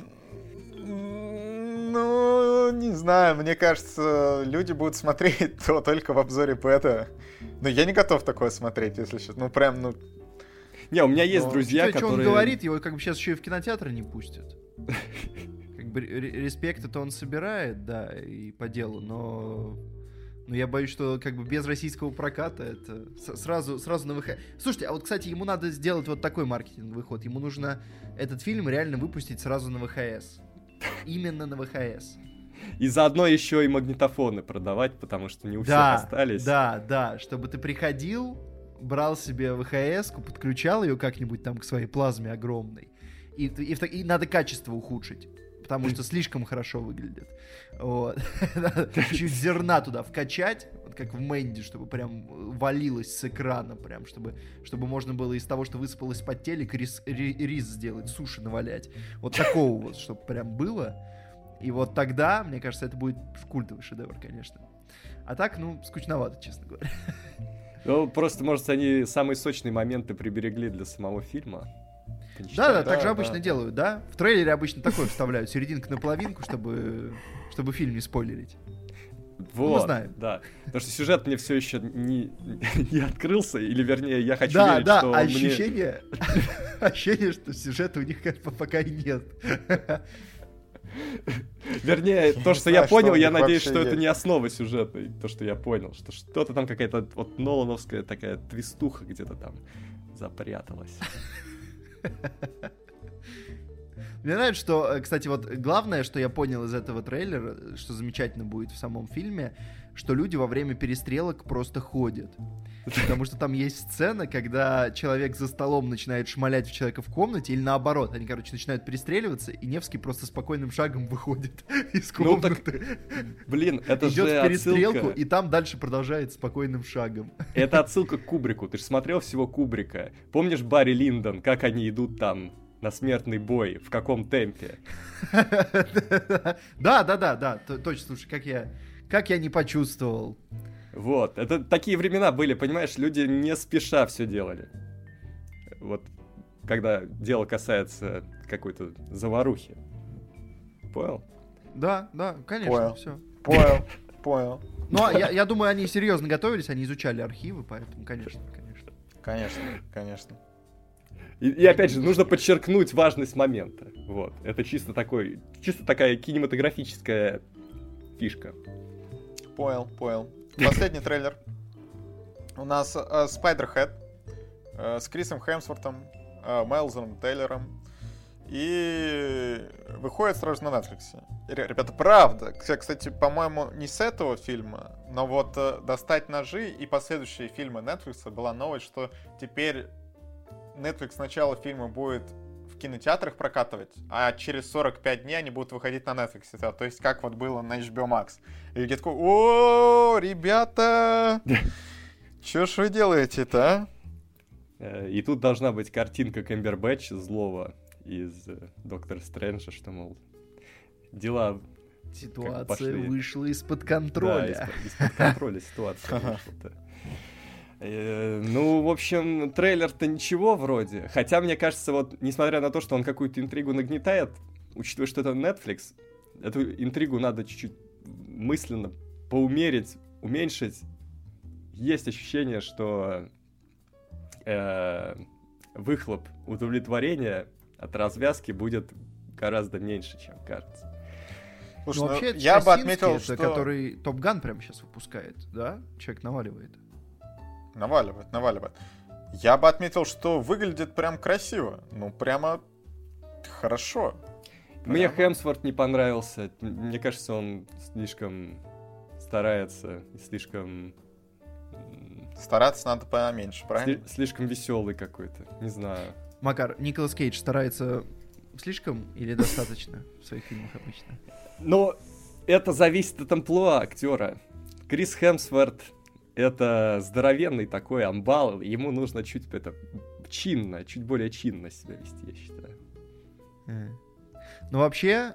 М, Ну, не знаю, мне кажется, люди будут смотреть то только в обзоре бета. Но я не готов такое смотреть, если честно. Ну, прям, ну... Не, у меня есть Но, друзья, учитывая, которые... что он говорит, его как бы сейчас еще и в кинотеатры не пустят. Как бы ре- респект-то он собирает, да, и по делу, но... Но я боюсь, что как бы без российского проката это с- сразу, сразу на выход. Слушайте, а вот, кстати, ему надо сделать вот такой маркетинговый ход. Ему нужно этот фильм реально выпустить сразу на ВХС. Именно на ВХС. И заодно еще и магнитофоны продавать, потому что не у всех Да, остались. да, да, чтобы ты приходил, брал себе ВХС-ку, подключал ее как-нибудь там к своей плазме огромной, и, и, в так- и надо качество ухудшить, потому что слишком хорошо выглядит. Вот. Надо чуть зерна туда вкачать, вот как в Мэнди, чтобы прям валилось с экрана, прям, чтобы, чтобы можно было из того, что высыпалось под телек, рис, ри- рис сделать, суши навалять. Вот такого вот, чтобы прям было. И вот тогда, мне кажется, это будет культовый шедевр, конечно. А так, ну, скучновато, честно говоря. Ну, просто, может, они самые сочные моменты приберегли для самого фильма. Ты не Да, считаешь? да, так же Да, обычно да. делают, да? В трейлере обычно такое вставляют, серединку на половинку, чтобы, чтобы фильм не спойлерить. Вот, мы знаем. да. Потому что сюжет мне все еще не, не открылся, или, вернее, я хочу Да, верить, да, что он мне... ощущение, ощущение, что сюжета у них как бы пока и нет. Вернее, то, что я понял, я надеюсь, что это не основа сюжетной. То, что я понял, что что-то там какая-то вот нолановская такая твистуха где-то там запряталась. Мне нравится, что, кстати, вот главное, что я понял из этого трейлера, что замечательно будет в самом фильме, что люди во время перестрелок просто ходят. Потому что там есть сцена, когда человек за столом начинает шмалять в человека в комнате, или наоборот, они, короче, начинают перестреливаться, и Невский просто спокойным шагом выходит из комнаты. Ну, так, блин, это идет же в перестрелку, отсылка... и там дальше продолжает спокойным шагом. Это отсылка к Кубрику. Ты же смотрел всего Кубрика. Помнишь Барри Линдон, как они идут там на смертный бой, в каком темпе? Да, да, да, да, точно, слушай, как я, как я не почувствовал. Вот, это такие времена были, понимаешь, люди не спеша все делали. Вот, когда дело касается какой-то заварухи. Понял? Да, да, конечно, понял. Все. Понял, понял. Ну, я, я думаю, они серьезно готовились, они изучали архивы, поэтому, конечно, конечно. Конечно, конечно. И, и опять же, нужно подчеркнуть важность момента. Вот, это чисто такой, чисто такая кинематографическая фишка. Понял, понял. Последний трейлер. У нас э, Spider-Head э, с Крисом Хемсвортом, э, Майлзом Тейлором. И выходит сразу на Netflix. Ребята, правда. Кстати, по-моему, не с этого фильма, но вот э, «Достать ножи» и последующие фильмы Netflix была новость, что теперь Netflix сначала фильмы будет в кинотеатрах прокатывать, а через сорок пять дней они будут выходить на Netflix. Это, то есть как вот было на эйч би о Max. И я такой: о, ребята, чё ж вы делаете-то, а? И тут должна быть картинка Камбербэтч злого из Доктора Стрэнджа, что, мол, дела... Ситуация вышла из-под контроля. Да, из- из-под контроля ситуация вышла-то. Ну, в общем, трейлер-то ничего вроде. Хотя, мне кажется, вот, несмотря на то, что он какую-то интригу нагнетает, учитывая, что это Netflix, эту интригу надо чуть-чуть мысленно поумерить, уменьшить. Есть ощущение, что э, выхлоп удовлетворения от развязки будет гораздо меньше, чем кажется. Слушай, ну, вообще, я бы отметил, что... который Топ Ган прямо сейчас выпускает, да? Человек наваливает. Наваливает, наваливает. Я бы отметил, что выглядит прям красиво. Ну, прямо хорошо. Мне прямо... Хемсворт не понравился. Мне кажется, он слишком старается и слишком... Стараться надо поменьше, правильно? Сли- слишком веселый какой-то, не знаю. Макар, Николас Кейдж старается слишком или достаточно в своих фильмах обычно? Ну, это зависит от амплуа актера. Крис Хемсворт — это здоровенный такой амбал, ему нужно чуть это чинно, чуть более чинно себя вести, я считаю. Ну, вообще...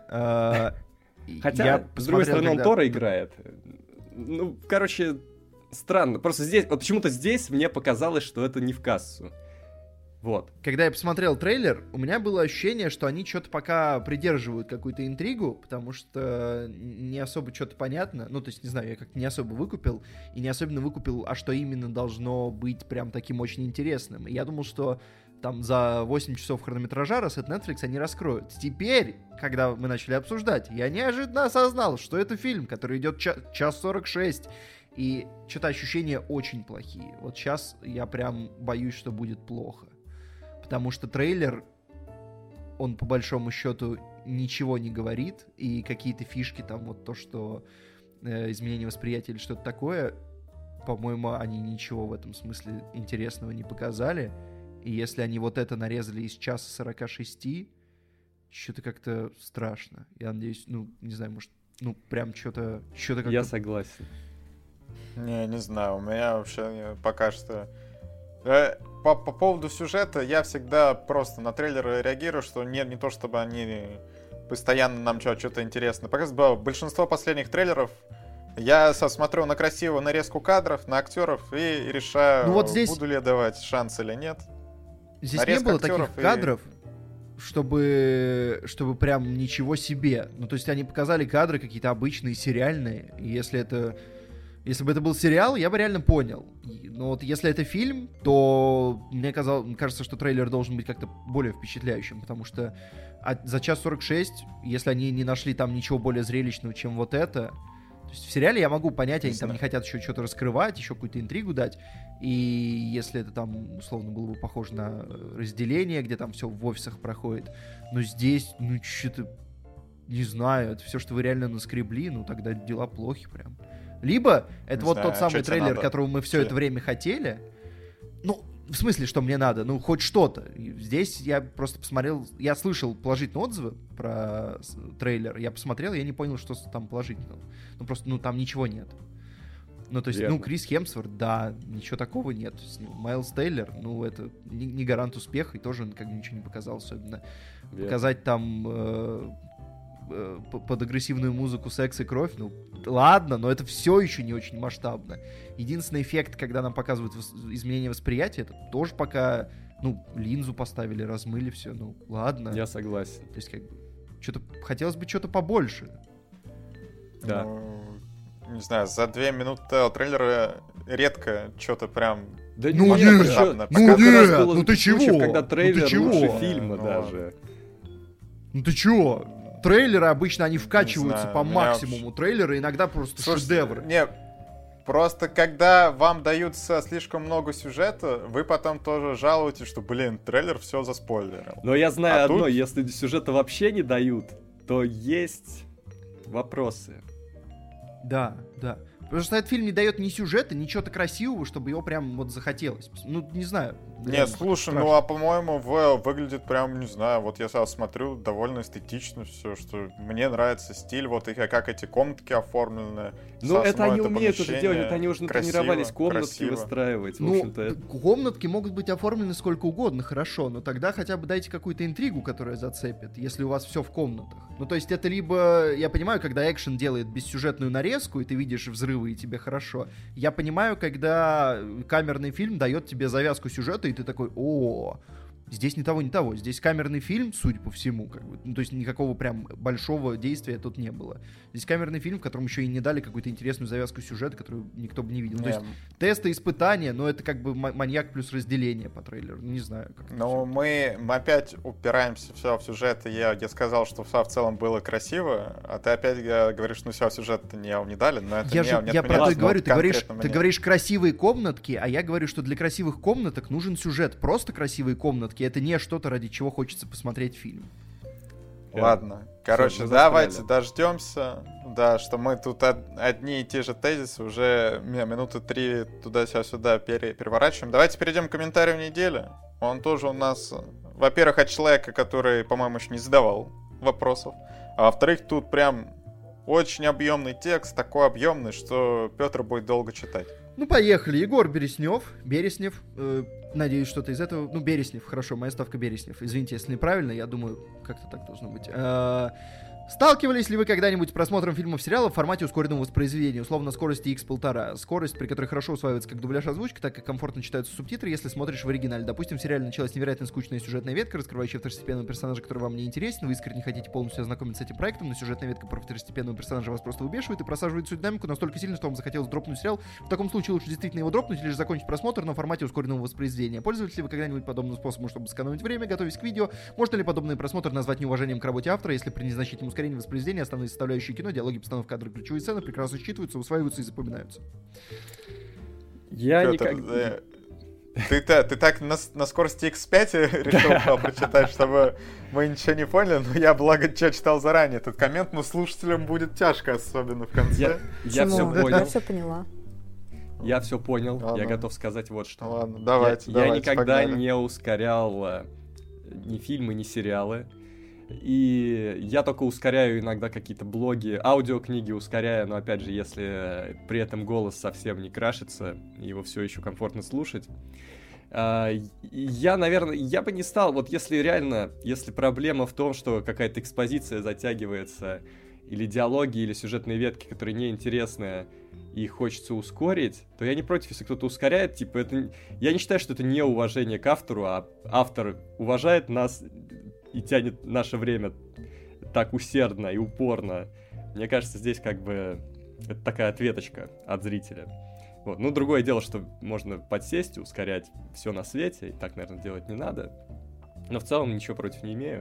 Хотя, с другой стороны, он Тора играет. Ну, короче... Странно. Просто здесь, вот почему-то здесь мне показалось, что это не в кассу. Вот. Когда я посмотрел трейлер, у меня было ощущение, что они что-то пока придерживают какую-то интригу, потому что не особо что-то понятно. Ну, то есть, не знаю, я как-то не особо выкупил, и не особенно выкупил, а что именно должно быть прям таким очень интересным. И я думал, что там за восемь часов хронометража Reset Netflix они раскроют. Теперь, когда мы начали обсуждать, я неожиданно осознал, что это фильм, который идет ча- час сорок шесть, и что-то ощущения очень плохие. Вот сейчас я прям боюсь, что будет плохо. Потому что трейлер, он по большому счету ничего не говорит, и какие-то фишки, там вот то, что э, изменение восприятия или что-то такое, по-моему, они ничего в этом смысле интересного не показали. И если они вот это нарезали из часа сорока шести, что-то как-то страшно. Я надеюсь, ну, не знаю, может, ну, прям что-то... что-то как-то... Я согласен. Не, не знаю, у меня вообще пока что... По, по поводу сюжета я всегда просто на трейлеры реагирую, что не, не то, чтобы они постоянно нам что-то интересно показывают. Большинство последних трейлеров я смотрю на красивую нарезку кадров, на актеров и решаю, ну вот здесь... буду ли я давать шанс или нет. Здесь нарезка не было таких и... кадров, чтобы, чтобы прям ничего себе. Ну, то есть они показали кадры какие-то обычные, сериальные, и если это... Если бы это был сериал, я бы реально понял. Но вот если это фильм, то мне казалось, кажется, что трейлер должен быть как-то более впечатляющим, потому что за час сорок шесть, если они не нашли там ничего более зрелищного, чем вот это... То есть в сериале я могу понять, они там не хотят еще что-то раскрывать, еще какую-то интригу дать. И если это там, условно, было бы похоже на разделение, где там все в офисах проходит. Но здесь, ну, что-то... Не знаю, это все, что вы реально наскребли, ну, тогда дела плохи прям. Либо это не вот знаю, тот самый трейлер, надо? Которого мы все Че? это время хотели. Ну, в смысле, что мне надо? Ну, хоть что-то. Здесь я просто посмотрел... Я слышал положительные отзывы про трейлер. Я посмотрел, я не понял, что там положительного. Ну, просто, ну, там ничего нет. Ну, то есть, Верно. ну, Крис Хемсворт, да, ничего такого нет. Майлз Тейлор, ну, это не, не гарант успеха, и тоже он как бы ничего не показал особенно. Верно. Показать там... Э- под агрессивную музыку секс и кровь, ну ладно, но это все еще не очень масштабно. Единственный эффект, когда нам показывают изменение восприятия, это тоже пока, ну, линзу поставили, размыли все, ну ладно. Я согласен. То есть как бы что-то хотелось бы что-то побольше. Да. Ну, не знаю, за две минуты трейлера редко что-то прям. Да ну нет, нет, ну нет, ну ты чего? Когда трейлер ну ты чего? лучше фильма ну, даже. Ну ты чего? Трейлеры обычно, они вкачиваются знаю, по максимуму. Вообще... Трейлеры иногда просто Слушайте, шедевры. Не, просто когда вам даются слишком много сюжета, вы потом тоже жалуетесь, что, блин, трейлер все заспойлерил. Но я знаю а одно, тут... если сюжета вообще не дают, то есть вопросы. Да, да. Потому что этот фильм не дает ни сюжета, ни чего-то красивого, чтобы его прям вот захотелось. Ну, не знаю. Не, слушай, страшно. ну а по-моему, в, выглядит прям, не знаю, вот я сейчас смотрю, довольно эстетично все, что мне нравится стиль, вот и как эти комнатки оформлены. Ну, это они это умеют уже делать, это они уже натренировались комнатки красиво. выстраивать. В ну, общем-то, это... комнатки могут быть оформлены сколько угодно, хорошо, но тогда хотя бы дайте какую-то интригу, которая зацепит, если у вас все в комнатах. Ну, то есть это либо, я понимаю, когда экшен делает бессюжетную нарезку, и ты видишь взрывы, и тебе хорошо. Я понимаю, когда камерный фильм дает тебе завязку сюжета, и ты такой, о, здесь ни того, ни того. Здесь камерный фильм, судя по всему, как бы, ну, то есть никакого прям большого действия тут не было. Здесь камерный фильм, в котором еще и не дали какую-то интересную завязку сюжета, которую никто бы не видел. Не. То есть тесты, испытания, но это как бы маньяк плюс разделение по трейлеру. Не знаю. Как ну, мы, мы опять упираемся все в сюжет. Я, я сказал, что все в целом было красиво, а ты опять говоришь, ну все, сюжет не, не дали, но это я не, же, нет, я про то и говорю, ты говоришь, мне. ты говоришь красивые комнатки, а я говорю, что для красивых комнаток нужен сюжет. Просто красивые комнатки. Это не что-то, ради чего хочется посмотреть фильм. Ладно. Короче, Все, давайте дождемся. Да, что мы тут од- одни и те же тезисы уже минуты три туда-сюда пере- переворачиваем. Давайте перейдем к комментарию недели. Он тоже у нас, во-первых, от человека, который, по-моему, еще не задавал вопросов. А во-вторых, тут прям очень объемный текст, такой объемный, что Петр будет долго читать. Ну, поехали. Егор Береснев. Береснев. Э, надеюсь, что-то из этого... Ну, Береснев. Хорошо, моя ставка Береснев. Извините, если неправильно. Я думаю, как-то так должно быть. Э, сталкивались ли вы когда-нибудь с просмотром фильмов, сериалов в формате ускоренного воспроизведения, условно скорости икс полтора? Скорость, при которой хорошо усваивается как дубляж озвучка, так как комфортно читаются субтитры, если смотришь в оригинале. Допустим, в сериале началась невероятно скучная сюжетная ветка, раскрывающая второстепенного персонажа, который вам не интересен, вы искренне хотите полностью ознакомиться с этим проектом, но сюжетная ветка про второстепенного персонажа вас просто выбешивает и просаживает всю динамику настолько сильно, что вам захотелось дропнуть сериал. В таком случае лучше действительно его дропнуть или же закончить просмотр на формате ускоренного воспроизведения. Пользуетесь ли вы когда-нибудь подобным способом, чтобы сэкономить время, готовясь к видео? Можно ли подобный просмотр назвать неуважением к работе автора, если при незначительном ускорении воспроизведения основные составляющие кино, диалоги, постановка кадра, ключевые сцены прекрасно считываются, усваиваются и запоминаются? Я Петр, никак... э, ты, ты, ты так на, на скорости икс пять решил прочитать, чтобы мы ничего не поняли, но я, благо, что читал заранее этот коммент, но слушателям будет тяжко, особенно в конце. Я, я все понял. Я все поняла. Я все понял, Ладно. я готов сказать вот что. Ладно, давайте, я, давайте, я никогда погнали. не ускорял ни фильмы, ни сериалы. И я только ускоряю иногда какие-то блоги, аудиокниги ускоряю, но опять же, если при этом голос совсем не крашится, его все еще комфортно слушать. Я, наверное, я бы не стал, вот если реально, если проблема в том, что какая-то экспозиция затягивается, или диалоги, или сюжетные ветки, которые неинтересны, и хочется ускорить, то я не против, если кто-то ускоряет, типа, это... Я не считаю, что это не уважение к автору, а автор уважает нас и тянет наше время так усердно и упорно. Мне кажется, здесь как бы Это такая ответочка от зрителя. Вот. Ну, другое дело, что можно подсесть, ускорять все на свете, и так, наверное, делать не надо. Но в целом ничего против не имею.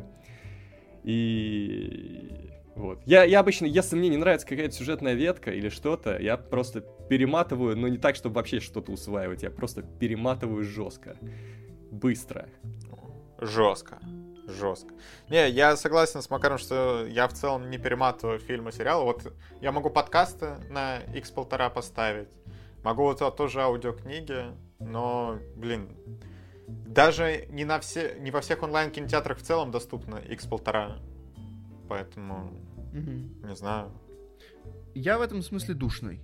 И вот. Я, я обычно, если мне не нравится какая-то сюжетная ветка или что-то, я просто перематываю, но не так, чтобы вообще что-то усваивать, я просто перематываю жестко, быстро. Жестко. Жестко. Не, я согласен с Макаром, что я в целом не перематываю фильмы, сериалы. Вот я могу подкасты на икс полтора поставить, могу вот тоже аудиокниги, но, блин, даже не, на все, не во всех онлайн-кинотеатрах в целом доступно икс полтора. Поэтому, угу. не знаю. Я в этом смысле душный.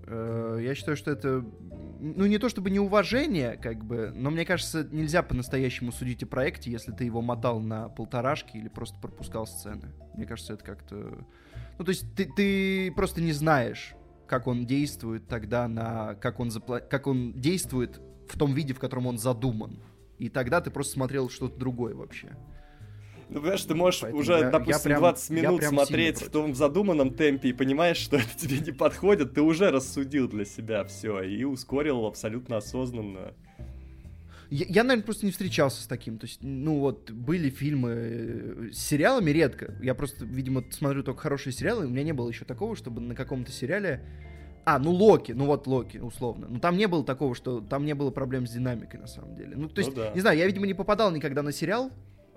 Я считаю, что это, ну, не то чтобы неуважение, как бы, но мне кажется, нельзя по-настоящему судить о проекте, если ты его мотал на полторашки или просто пропускал сцены. Мне кажется, это как-то... Ну, то есть ты, ты просто не знаешь, как он действует тогда на... Как он, запла... как он действует в том виде, в котором он задуман. И тогда ты просто смотрел что-то другое вообще. Ну, понимаешь, ты можешь Поэтому уже, я, допустим, я прям, двадцать минут смотреть в том задуманном темпе и понимаешь, что это тебе не подходит, ты уже рассудил для себя все и ускорил абсолютно осознанно. Я, я, наверное, просто не встречался с таким. То есть, ну вот, были фильмы с сериалами редко. Я просто, видимо, смотрю только хорошие сериалы, у меня не было еще такого, чтобы на каком-то сериале... А, ну Локи, ну вот Локи, условно. Ну там не было такого, что там не было проблем с динамикой, на самом деле. Ну, то есть, ну, да. не знаю, я, видимо, не попадал никогда на сериал,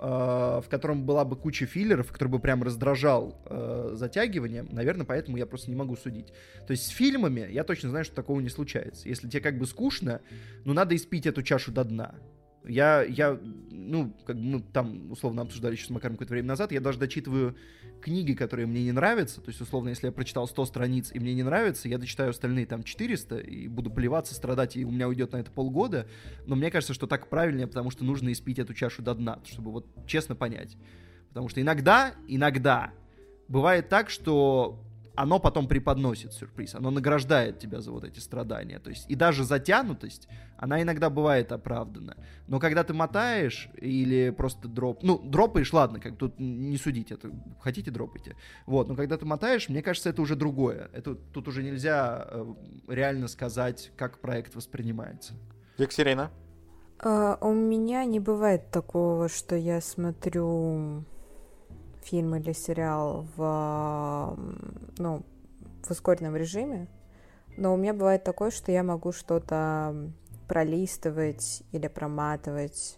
в котором была бы куча филлеров, который бы прям раздражал э, затягивание, наверное, поэтому я просто не могу судить. То есть с фильмами я точно знаю, что такого не случается. Если тебе как бы скучно, ну, надо испить эту чашу до дна. Я, я ну, как бы мы там условно обсуждали еще с Макаром какое-то время назад, я даже дочитываю книги, которые мне не нравятся, то есть, условно, если я прочитал сто страниц и мне не нравится, я дочитаю остальные там четыреста и буду плеваться, страдать, и у меня уйдет на это полгода, но мне кажется, что так правильнее, потому что нужно испить эту чашу до дна, чтобы вот честно понять. Потому что иногда, иногда бывает так, что оно потом преподносит сюрприз, оно награждает тебя за вот эти страдания, то есть и даже затянутость, она иногда бывает оправдана, но когда ты мотаешь или просто дроп, ну, дропаешь, ладно, как тут не судите, это хотите дропайте, вот, но когда ты мотаешь, мне кажется, это уже другое, это, тут уже нельзя э, реально сказать, как проект воспринимается. Екатерина? Uh, у меня не бывает такого, что я смотрю... фильм или сериал в, ну, в ускоренном режиме, но у меня бывает такое, что я могу что-то пролистывать или проматывать,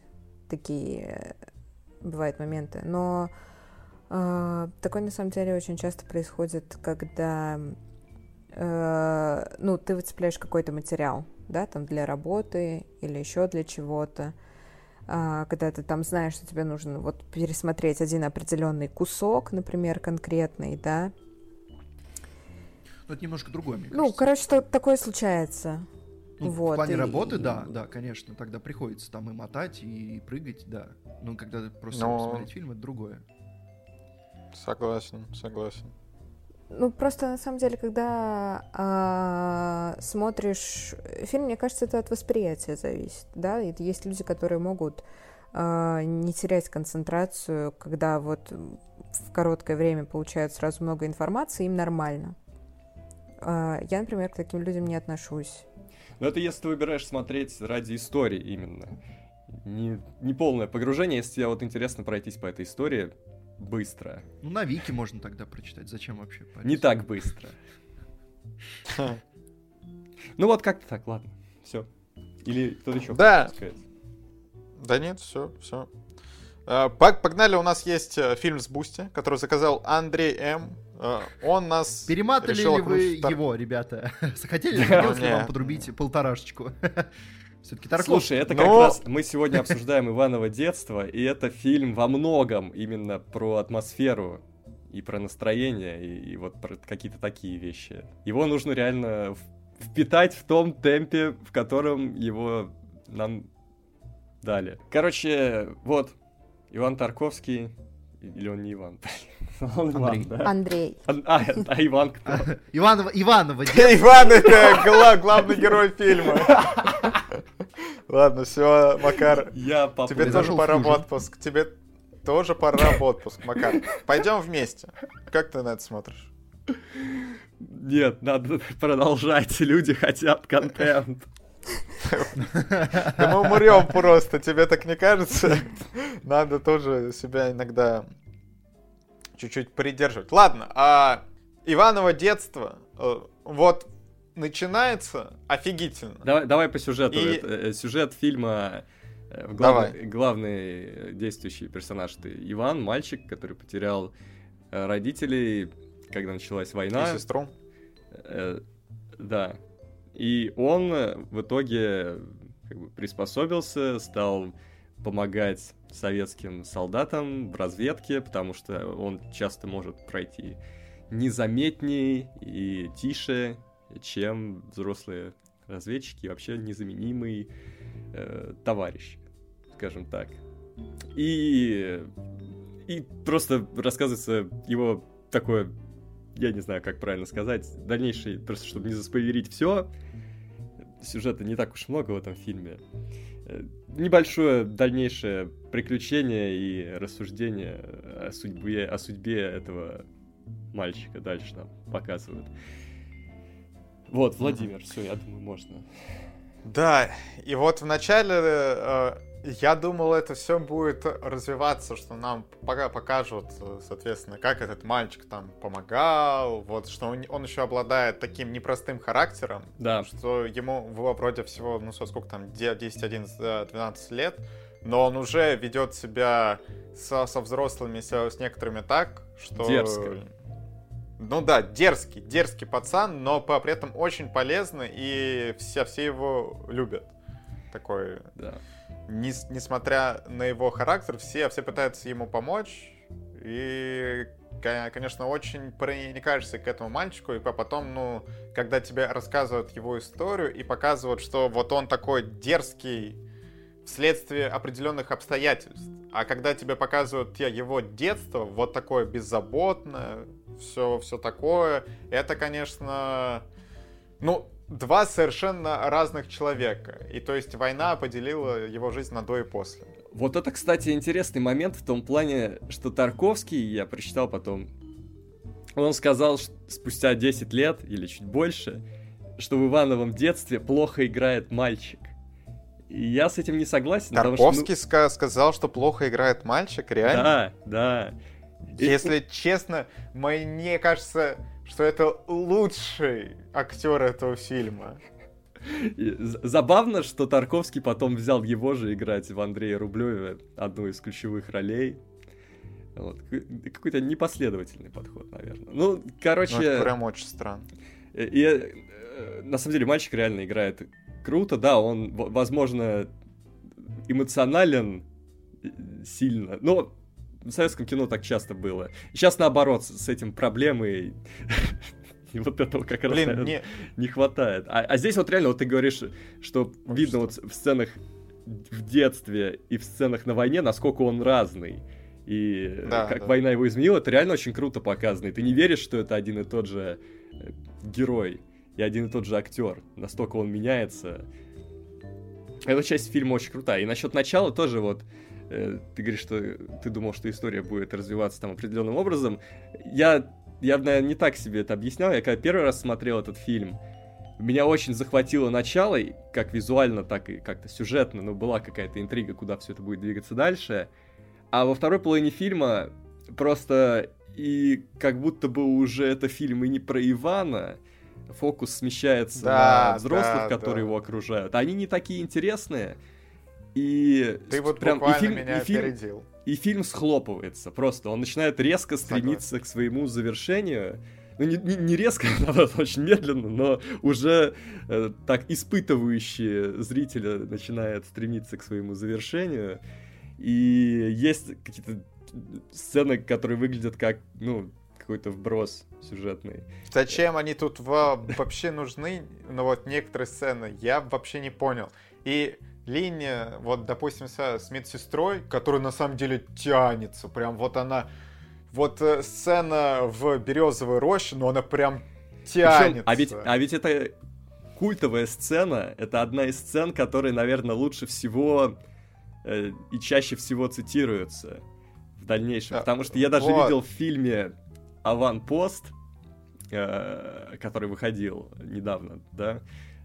такие бывают моменты, но э, такое на самом деле очень часто происходит, когда э, ну, ты выцепляешь какой-то материал, да, там для работы или еще для чего-то, когда ты там знаешь, что тебе нужно вот пересмотреть один определенный кусок, например, конкретный, да. Но это немножко другое, мне ну, кажется. Ну, короче, что такое случается. Ну, вот, в плане и, работы, и... да, да, конечно, тогда приходится там и мотать, и прыгать, да. Но когда ты просто Но... посмотреть фильм, это другое. Согласен, согласен. Ну, просто, на самом деле, когда а, смотришь фильм, мне кажется, это от восприятия зависит, да, и есть люди, которые могут а, не терять концентрацию, когда вот в короткое время получают сразу много информации, им нормально. А, я, например, к таким людям не отношусь. Но это если ты выбираешь смотреть ради истории именно. Не, не полное погружение, если тебе вот интересно пройтись по этой истории, быстро. Ну, на Вики можно тогда прочитать. Зачем вообще париться? Не так быстро. Ну вот как-то так, ладно. Все. Или кто-то еще да. хочет сказать? Да нет, все, все. Погнали, у нас есть фильм с Бусти, который заказал Андрей М. Он нас Перематывали ли вы его, ребята? Хотели ли вам подрубить полторашечку? Все-таки Тарков. Слушай, это как Но... раз мы сегодня обсуждаем Иваново детство, и это фильм во многом именно про атмосферу и про настроение, и, и вот про какие-то такие вещи. Его нужно реально впитать в том темпе, в котором его нам дали. Короче, вот, Иван Тарковский, или он не Иван? Он Иван, Андрей. Да? Андрей. А, а Иван кто? Иванова, Иванова. Иван — это главный герой фильма. Ладно, все, Макар. Я тебе тоже пора в отпуск. Тебе тоже пора в отпуск, Макар. Пойдем вместе. Как ты на это смотришь? Нет, надо продолжать, люди хотят контент. Да мы умрем просто, тебе так не кажется? Надо тоже себя иногда чуть-чуть придерживать. Ладно, а Иваново детство, вот начинается офигительно. Давай, давай по сюжету. И... Это, сюжет фильма, главный, главный действующий персонаж — это Иван, мальчик, который потерял родителей, когда началась война. И сестру. Э, да. И он в итоге как бы приспособился, стал помогать советским солдатам в разведке, потому что он часто может пройти незаметнее и тише, чем взрослые разведчики, вообще незаменимый э, товарищ, скажем так. И, и просто рассказывается его такое, я не знаю, как правильно сказать, дальнейший, просто чтобы не заспойлерить все, сюжета не так уж много в этом фильме. Небольшое дальнейшее приключение и рассуждение о судьбе, о судьбе этого мальчика дальше нам показывают. Вот, Владимир, mm-hmm. все, я думаю, можно. Да, и вот вначале э, я думал, это все будет развиваться, что нам пока покажут, соответственно, как этот мальчик там помогал, вот, что он, он еще обладает таким непростым характером, да. Что ему было вроде всего, ну, сколько там, десять, одиннадцать, двенадцать лет, но он уже ведет себя со, со взрослыми, с, с некоторыми так, что... Дерзко. Ну да, дерзкий, дерзкий пацан, но при этом очень полезный, и все, все его любят. Такой, да. Нес, несмотря на его характер, все, все пытаются ему помочь, и, конечно, очень проникаешься к этому мальчику, и потом, ну, когда тебе рассказывают его историю и показывают, что вот он такой дерзкий вследствие определенных обстоятельств, а когда тебе показывают его детство, вот такое беззаботное, все, все такое, это, конечно, ну, два совершенно разных человека. И то есть война поделила его жизнь на до и после. Вот это, кстати, интересный момент в том плане, что Тарковский, я прочитал потом, он сказал, что спустя десять лет или чуть больше, что в Ивановом детстве плохо играет мальчик. И я с этим не согласен. Тарковский что, ну... сказал, что плохо играет мальчик, реально? Да, да. Если и... честно, мне кажется, что это лучший актер этого фильма. Забавно, что Тарковский потом взял его же играть в Андрея Рублёве, одну из ключевых ролей. Вот. Какой-то непоследовательный подход, наверное. Ну, короче... Ну, это прям очень странно. И, и, на самом деле, мальчик реально играет круто. Да, он, возможно, эмоционален сильно, но в советском кино так часто было. Сейчас, наоборот, с этим проблемы, и вот этого как раз, Блин, наверное, не... не хватает. А, а здесь вот реально, вот ты говоришь, что ну, видно вот в сценах в детстве и в сценах на войне, насколько он разный. И да, как да. война его изменила, это реально очень круто показано. И ты не веришь, что это один и тот же герой и один и тот же актер. Настолько он меняется. Эта часть фильма очень крутая. И насчет начала тоже вот э, ты говоришь, что ты думал, что история будет развиваться там определенным образом. Я, я, наверное, не так себе это объяснял. Я когда первый раз смотрел этот фильм, меня очень захватило начало, как визуально, так и как-то сюжетно, но была какая-то интрига, куда все это будет двигаться дальше. А во второй половине фильма просто и как будто бы уже это фильм и не про Ивана, фокус смещается да, на взрослых, да, которые да. его окружают. Они не такие интересные. И ты вот прям, буквально и фильм, меня и фильм, опередил. И фильм схлопывается просто. Он начинает резко стремиться Согласен. К своему завершению. Ну, не, не, не резко, наоборот, очень медленно, но уже э, так испытывающие зрителя начинает стремиться к своему завершению. И есть какие-то сцены, которые выглядят как, ну, какой-то вброс сюжетный. Зачем они тут вообще нужны? Ну, вот некоторые сцены я вообще не понял. И линия, вот, допустим, с медсестрой, которая на самом деле тянется, прям вот она... Вот э, сцена в «Березовой роще», но она прям тянется. Причем, а, ведь, а ведь это культовая сцена, это одна из сцен, которые, наверное, лучше всего э, и чаще всего цитируются в дальнейшем. Да, потому что я даже вот. видел в фильме «Аванпост», э, который выходил недавно, да,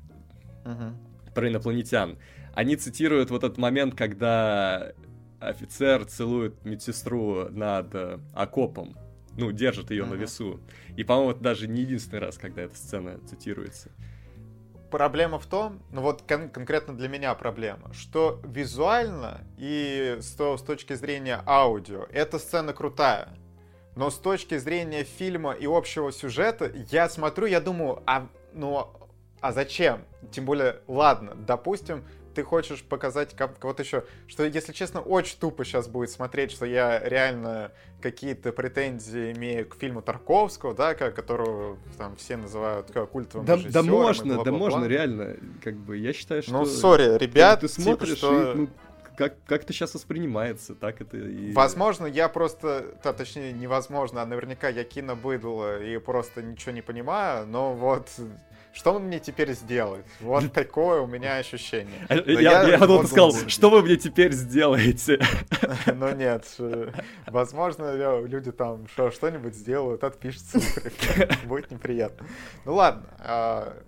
Угу. про инопланетян, они цитируют вот этот момент, когда офицер целует медсестру над э, окопом, ну, держит ее Мгм. на весу. И, по-моему, это даже не единственный раз, когда эта сцена цитируется. Проблема в том, ну вот кон- конкретно для меня проблема, что визуально и с, то- с точки зрения аудио эта сцена крутая. Но с точки зрения фильма и общего сюжета, я смотрю, я думаю, а, ну, а зачем? Тем более, ладно, допустим, ты хочешь показать как- кого-то еще, что, если честно, очень тупо сейчас будет смотреть, что я реально какие-то претензии имею к фильму Тарковского, да, ко- которого там все называют как культовым Да, режиссером да и можно, да бла-бла-бла. можно, реально. Как бы, я считаю, что... Ну, сори, ребят, ты типа, смотришь, что... и, ну, как, как это сейчас воспринимается, так это и... Возможно, я просто, да, точнее, невозможно, а наверняка я кинобыдло и просто ничего не понимаю, но вот что он мне теперь сделает? Вот такое у меня ощущение. А, Но Я, я, думал, вот ты сказал, думаю, что вы мне теперь сделаете? Ну нет, э, возможно, я- люди там шо- что-нибудь сделают, отпишут цифры. Будет неприятно. Ну ладно. а,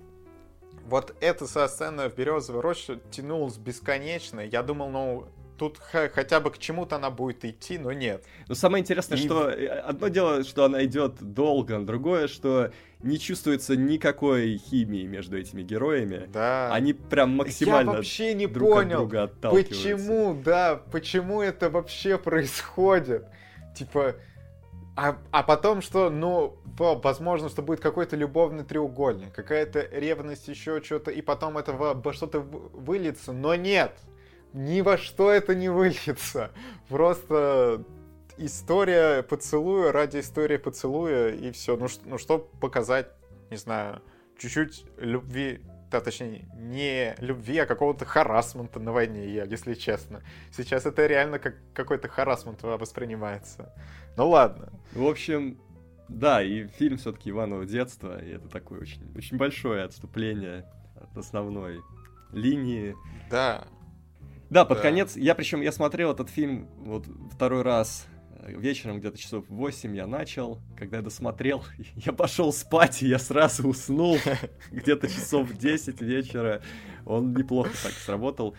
Вот эта со сцена в «Березовой роще» тянулась бесконечно. Я думал, ну, тут х- хотя бы к чему-то она будет идти, но нет. Но самое интересное, И- что э, одно дело, что она идет долго, другое, что не чувствуется никакой химии между этими героями. Да. Они прям максимально Я вообще не друг от понял, друга отталкиваются. почему, да, почему это вообще происходит. Типа, а, а потом что, ну, по- возможно, что будет какой-то любовный треугольник, какая-то ревность, еще что-то, и потом это во, во что-то в- выльется, но нет, ни во что это не выльется. Просто история поцелуя ради истории поцелуя, и все. Ну, ш- ну что показать, не знаю, чуть-чуть любви, да, точнее, не любви, а какого-то харассмента на войне, я, если честно. Сейчас это реально как какой-то харассмент воспринимается. Ну ладно. В общем, да, и фильм все-таки Иваново детство, и это такое очень, очень большое отступление от основной линии. Да. Да, под Да. конец, я причем, я смотрел этот фильм вот второй раз э, вечером, где-то часов в восемь я начал, когда я досмотрел, я пошел спать, и я сразу уснул, где-то часов в десять вечера, он неплохо так сработал,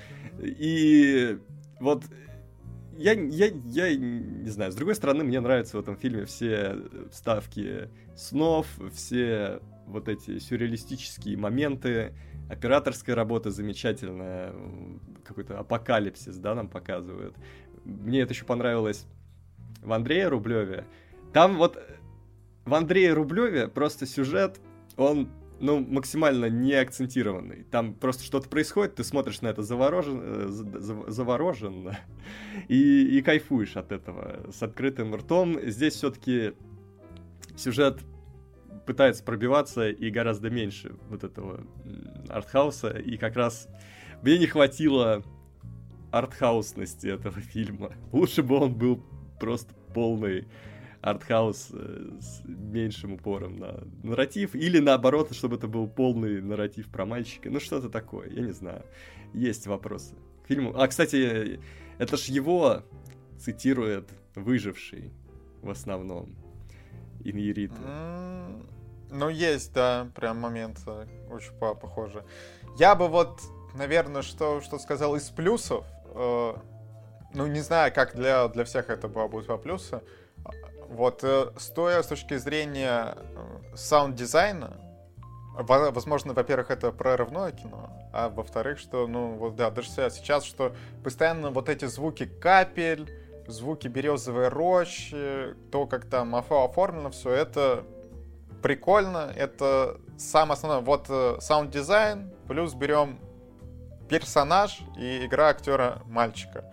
и вот я, я, я не знаю, с другой стороны, мне нравятся в этом фильме все вставки снов, все вот эти сюрреалистические моменты, операторская работа замечательная, какой-то апокалипсис, да, нам показывают. Мне это еще понравилось в Андрее Рублеве. Там вот в Андрее Рублеве просто сюжет, он, ну, максимально не акцентированный. Там просто что-то происходит, ты смотришь на это заворожен, э, за- завороженно и, и кайфуешь от этого с открытым ртом. Здесь все-таки сюжет пытается пробиваться и гораздо меньше вот этого м, артхауса, и как раз мне не хватило артхаусности этого фильма. Лучше бы он был просто полный артхаус э, с меньшим упором на нарратив, или наоборот, чтобы это был полный нарратив про мальчика. Ну, что-то такое, я не знаю. Есть вопросы к фильму. А, кстати, это ж его цитирует «Выживший» в основном. Иньериту. М, Ну, есть, да, прям момент э, очень по- похоже. Я бы вот, наверное, что, что сказал из плюсов. э, ну, не знаю, как для, для всех это было, будет по плюсу. Вот, э, стоя с точки зрения э, саунд-дизайна, во- возможно, во-первых, это прорывное кино, а во-вторых, что, ну, вот, да, даже сейчас, что постоянно вот эти звуки капель, звуки березовой рощи, то, как там офо- оформлено все, это прикольно, это самое основное. Вот э, саунд-дизайн, плюс берем персонаж и игра актера мальчика.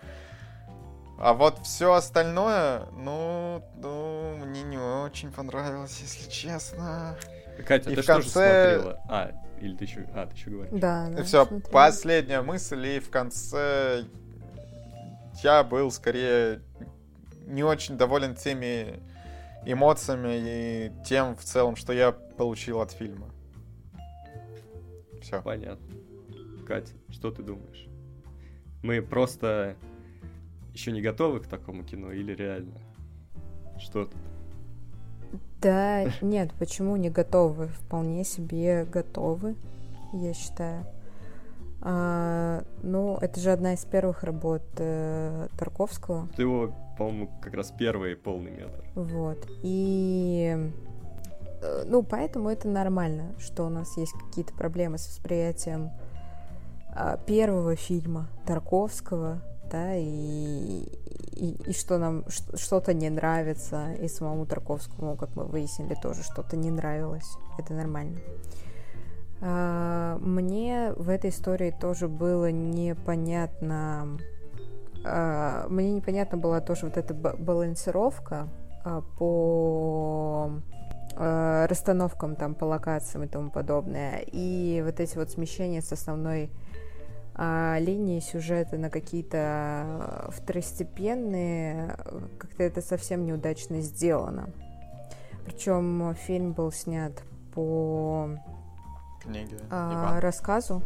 А вот все остальное, ну, ну, мне не очень понравилось, если честно. Катя, И ты в что конце- же смотрела? А, или ты еще... А, ты еще говоришь. Да, да. Все, смотрела. последняя мысль, и в конце я был скорее не очень доволен теми эмоциями и тем в целом, что я получил от фильма. Все. Понятно. Катя, что ты думаешь? Мы просто еще не готовы к такому кино или реально? Что тут? Да, нет, почему не готовы? Вполне себе готовы, я считаю. А, ну, это же одна из первых работ э, Тарковского. Это его, по-моему, как раз первый полный метр. Вот. И, э, ну, поэтому это нормально, что у нас есть какие-то проблемы с восприятием э, первого фильма Тарковского, да, и, и, и что нам ш- что-то не нравится, и самому Тарковскому, как мы выяснили, тоже что-то не нравилось. Это нормально. Мне в этой истории тоже было непонятно, мне непонятно была тоже вот эта балансировка по расстановкам там, по локациям и тому подобное, и вот эти вот смещения с основной линии сюжета на какие-то второстепенные, как-то это совсем неудачно сделано. Причем фильм был снят по книги а, рассказу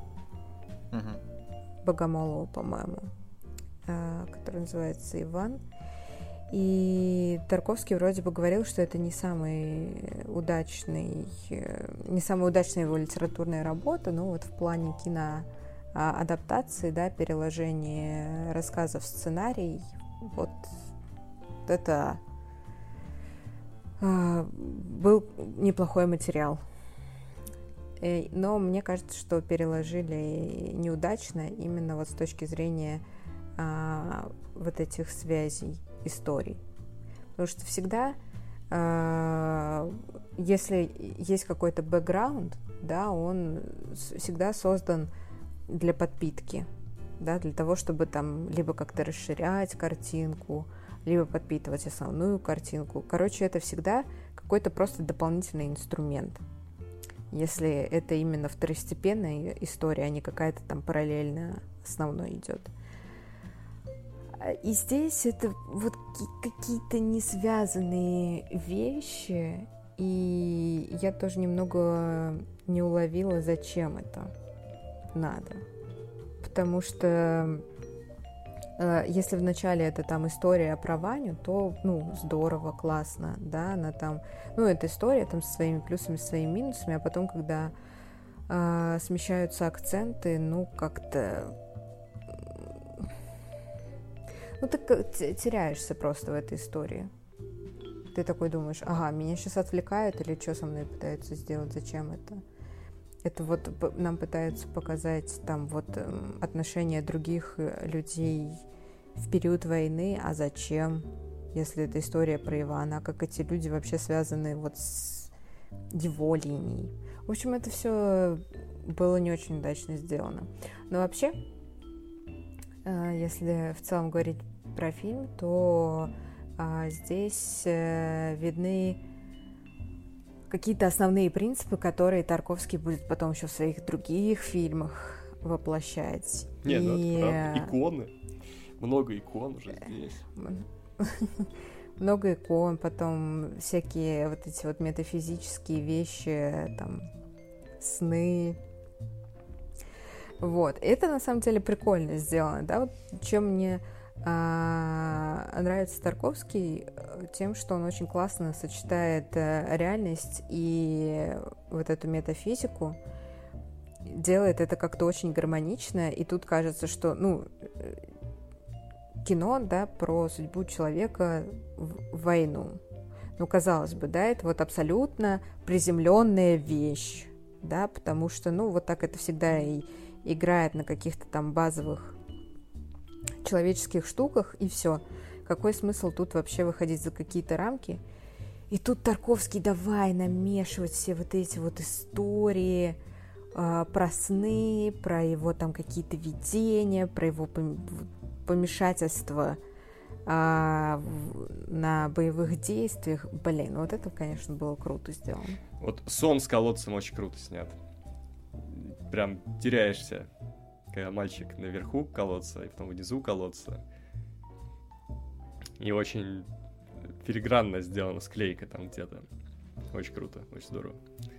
угу. Богомолова, по-моему, а, который называется «Иван». И Тарковский вроде бы говорил, что это не самый удачный, не самая удачная его литературная работа, но вот в плане киноадаптации, да, переложения рассказов в сценарий, вот это а, был неплохой материал. Но мне кажется, что переложили неудачно именно вот с точки зрения а, вот этих связей историй. Потому что всегда, а, если есть какой-то бэкграунд, да, он всегда создан для подпитки, да, для того, чтобы там либо как-то расширять картинку, либо подпитывать основную картинку. Короче, это всегда какой-то просто дополнительный инструмент. Если это именно второстепенная история, а не какая-то там параллельно основной идет. И здесь это вот какие-то несвязанные вещи, и я тоже немного не уловила, зачем это надо. Потому что э, если вначале это там история про Ваню, то, ну, здорово, классно, да, она там, ну, это история там со своими плюсами, со своими минусами, а потом, когда э, смещаются акценты, ну, как-то, ну, ты теряешься просто в этой истории. Ты такой думаешь, ага, меня сейчас отвлекают или что со мной пытаются сделать, зачем это? Это вот нам пытаются показать там вот отношения других людей в период войны, а зачем, если это история про Ивана, как эти люди вообще связаны вот с его линией. В общем, это все было не очень удачно сделано. Но вообще, если в целом говорить про фильм, то здесь видны какие-то основные принципы, которые Тарковский будет потом еще в своих других фильмах воплощать. Не, и... ну это правда. Иконы. Много икон уже здесь. Много икон, потом всякие вот эти вот метафизические вещи, там, сны. Вот. Это на самом деле прикольно сделано, да, вот чем мне А, нравится Тарковский тем, что он очень классно сочетает реальность и вот эту метафизику, делает это как-то очень гармонично, и тут кажется, что, ну, кино, да, про судьбу человека в войну. Ну, казалось бы, да, это вот абсолютно приземленная вещь, да, потому что, ну, вот так это всегда и играет на каких-то там базовых человеческих штуках, и все. Какой смысл тут вообще выходить за какие-то рамки? И тут Тарковский давай намешивать все вот эти вот истории э, про сны, про его там какие-то видения, про его помешательство э, на боевых действиях. Блин, вот это, конечно, было круто сделано. Вот сон с колодцем очень круто снят. Прям теряешься, когда мальчик наверху колодца и потом внизу колодца. И очень филигранно сделана склейка там где-то. Очень круто, очень здорово.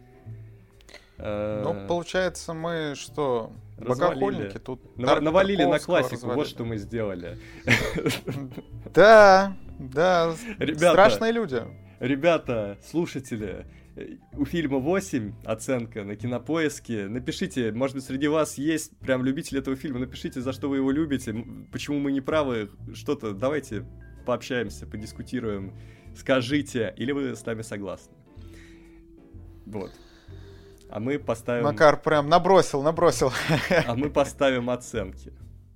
Ну, получается, мы что, развалили. Богохульники тут... Нав- навалили на классику, развалили. Вот что мы сделали. Да, да, Ребята, страшные люди. Ребята, слушатели, у фильма восемь оценка на Кинопоиске. Напишите, может быть, среди вас есть прям любители этого фильма. Напишите, за что вы его любите, почему мы не правы, что-то. Давайте пообщаемся, подискутируем. Скажите, или вы с нами согласны. Вот. А мы поставим... Макар прям набросил, набросил. А мы поставим оценки.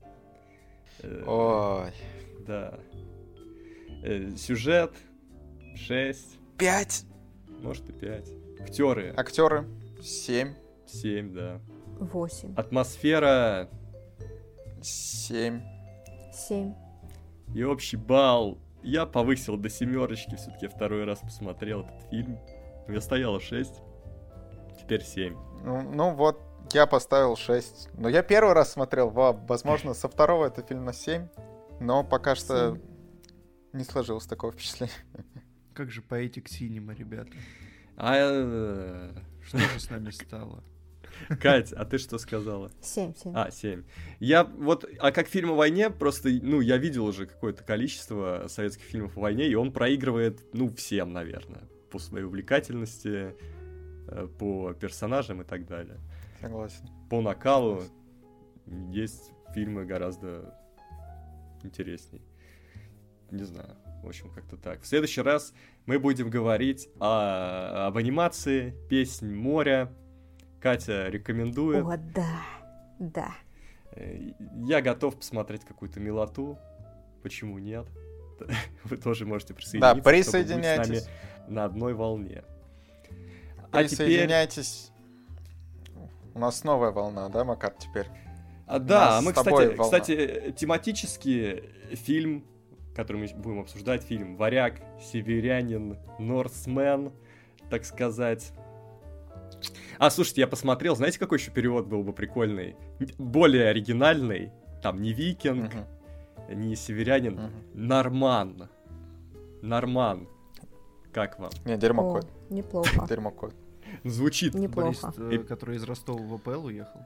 Ой. Да. Сюжет шесть. Пять. Может и пять. Актеры. Актеры семь. семь, да. восемь. Атмосфера семь. семь. И общий балл я повысил до семерочки. Все-таки второй раз посмотрел этот фильм. У меня стояло шесть. Теперь семь. Ну, ну вот, я поставил шесть. Но я первый раз смотрел. Возможно, со второго это фильм на семь. Но пока что семь. Не сложилось такого впечатления. Как же поэтик синема, ребята. А что же с нами стало? Кать, а ты что сказала? Семь, семь. А, семь. Я вот, а как фильм о войне, просто, ну, я видел уже какое-то количество советских фильмов о войне, и он проигрывает, ну, всем, наверное, по своей увлекательности, по персонажам и так далее. Согласен. По накалу есть фильмы гораздо интересней. Не знаю. В общем, как-то так. В следующий раз мы будем говорить о, об анимации, песнь моря. Катя рекомендует. О, да, да. Я готов посмотреть какую-то милоту. Почему нет? Вы тоже можете присоединиться. Да, присоединяйтесь. Чтобы быть с нами на одной волне. Присоединяйтесь. А теперь... У нас новая волна, да, Макар, теперь? А, да, мы, кстати, кстати, тематически фильм, который мы будем обсуждать, фильм «Варяг», «Северянин», «Норсмен», так сказать. А, слушайте, я посмотрел, знаете, какой еще перевод был бы прикольный? Более оригинальный. Там не викинг, uh-huh. не северянин, uh-huh. норман. Норман. Как вам? Не, дерьмо кот. Неплохо. Дерьмо кот. Звучит. Неплохо. Борис, который из Ростова в АПЛ уехал.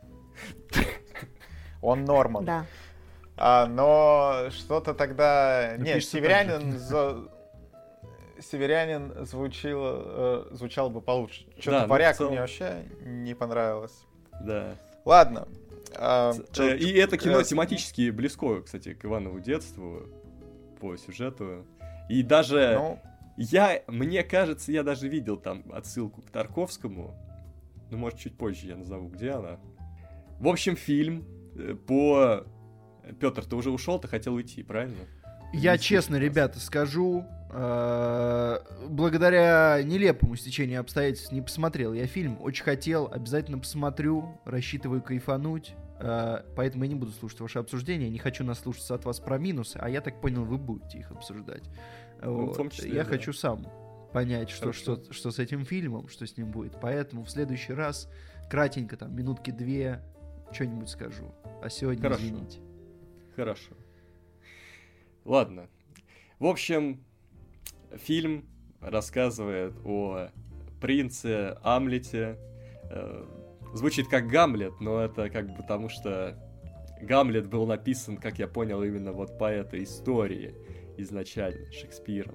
Он Норман. Да. А, но что-то тогда... Ну, нет, северянин... За... Северянин звучил, э, звучал бы получше. Что-то да, варяг целом... мне вообще не понравилось. Да. Ладно. А, Ц... И это кино тематически близко, кстати, к Иванову детству, по сюжету. И даже... Ну... Я, мне кажется, я даже видел там отсылку к Тарковскому. Ну, может, чуть позже я назову, где она. В общем, фильм по... Петр, ты уже ушел, ты хотел уйти, правильно? Я честно, ребята, скажу, э, благодаря нелепому стечению обстоятельств не посмотрел я фильм. Очень хотел, обязательно посмотрю, рассчитываю кайфануть. Э, поэтому я не буду слушать ваше обсуждение. Не хочу наслушаться от вас про минусы, а я так понял, вы будете их обсуждать. Ну, вот. в том числе, я да. хочу сам понять, что, что, что, что с этим фильмом, что с ним будет. Поэтому в следующий раз кратенько, там, минутки две, что-нибудь скажу. А сегодня Хорошо. Извините. Хорошо. Ладно. В общем, фильм рассказывает о принце Амлете. Э, звучит как Гамлет, но это как бы потому, что Гамлет был написан, как я понял, именно вот по этой истории изначально, Шекспиром.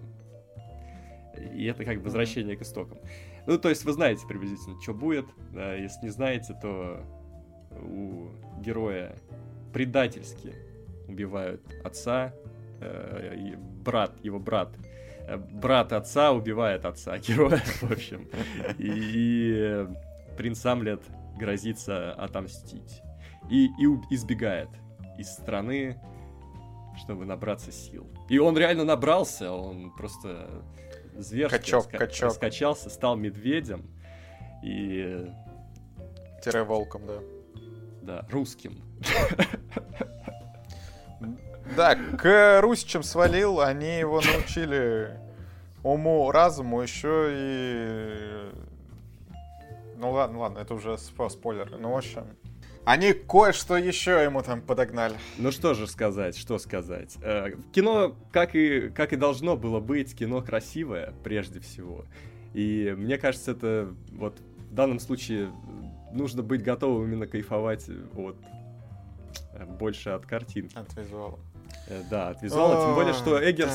И это как бы возвращение к истокам. Ну, то есть вы знаете приблизительно, что будет. Да, если не знаете, то у героя предательски убивают отца, э, и брат, его брат. Брат отца убивает отца героя, в общем. И, и принц Амлет грозится отомстить. И, и избегает из страны, чтобы набраться сил. И он реально набрался, он просто зверски качок, раска- качок. раскачался, стал медведем. И... Тире волком, да. Да, русским. Да, к русичам свалил, они его научили уму, разуму, еще и... Ну ладно, ладно, это уже спойлеры, ну в общем... Они кое-что еще ему там подогнали. Ну что же сказать, что сказать. Э, кино, как и, как и должно было быть, кино красивое, прежде всего. И мне кажется, это вот в данном случае нужно быть готовым именно кайфовать от, больше от картинки. От визуала. Э, да, от визуала. О, тем более, что Эггерс, да.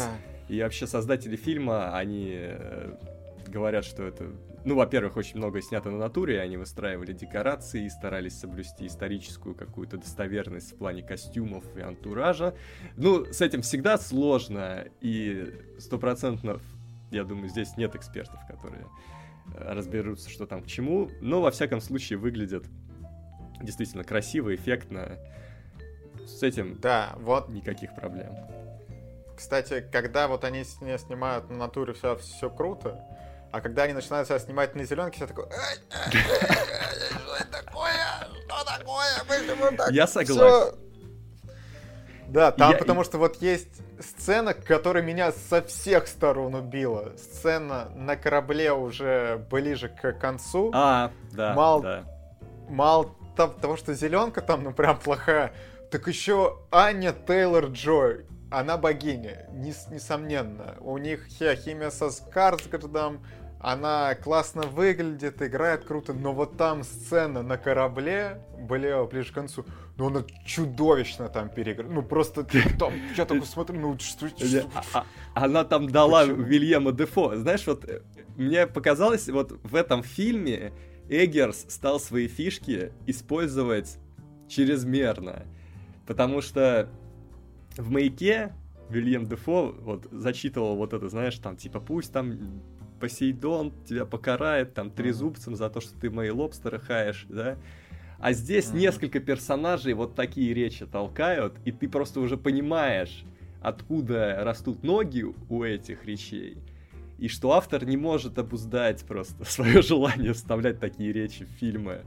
И вообще создатели фильма, они э, говорят, что это... Ну, во-первых, очень многое снято на натуре, они выстраивали декорации, старались соблюсти историческую какую-то достоверность в плане костюмов и антуража. Ну, с этим всегда сложно, и стопроцентно, я думаю, здесь нет экспертов, которые разберутся, что там к чему, но, во всяком случае, выглядит действительно красиво, эффектно. С этим да, вот. Никаких проблем. Кстати, когда вот они снимают на натуре все, все круто, а когда они начинают себя снимать на зеленке, все такое... Что это такое? Что такое? Почему так? Я согласен. Да, там Я... потому что вот есть сцена, которая меня со всех сторон убила. Сцена на корабле уже ближе к концу. А, да, мало, да. Мало того, что зеленка там, ну, прям плохая, так еще Аня Тейлор-Джой. Она богиня, нес, несомненно. У них химия со Скарсгардом, она классно выглядит, играет круто, но вот там сцена на корабле, блево, ближе к концу, ну она чудовищно там переиграла. Ну просто там, я такой смотрю, ну что... Она там дала Вильяма Дефо. Знаешь, вот мне показалось, вот в этом фильме Эггерс стал свои фишки использовать чрезмерно. Потому что в «Маяке» Вильям Дефо вот зачитывал вот это, знаешь, там, типа, пусть там Посейдон тебя покарает, там, трезубцем за то, что ты мои лобстеры хаешь, да? А здесь mm-hmm. несколько персонажей вот такие речи толкают, и ты просто уже понимаешь, откуда растут ноги у этих речей, и что автор не может обуздать просто свое желание вставлять такие речи в фильмы.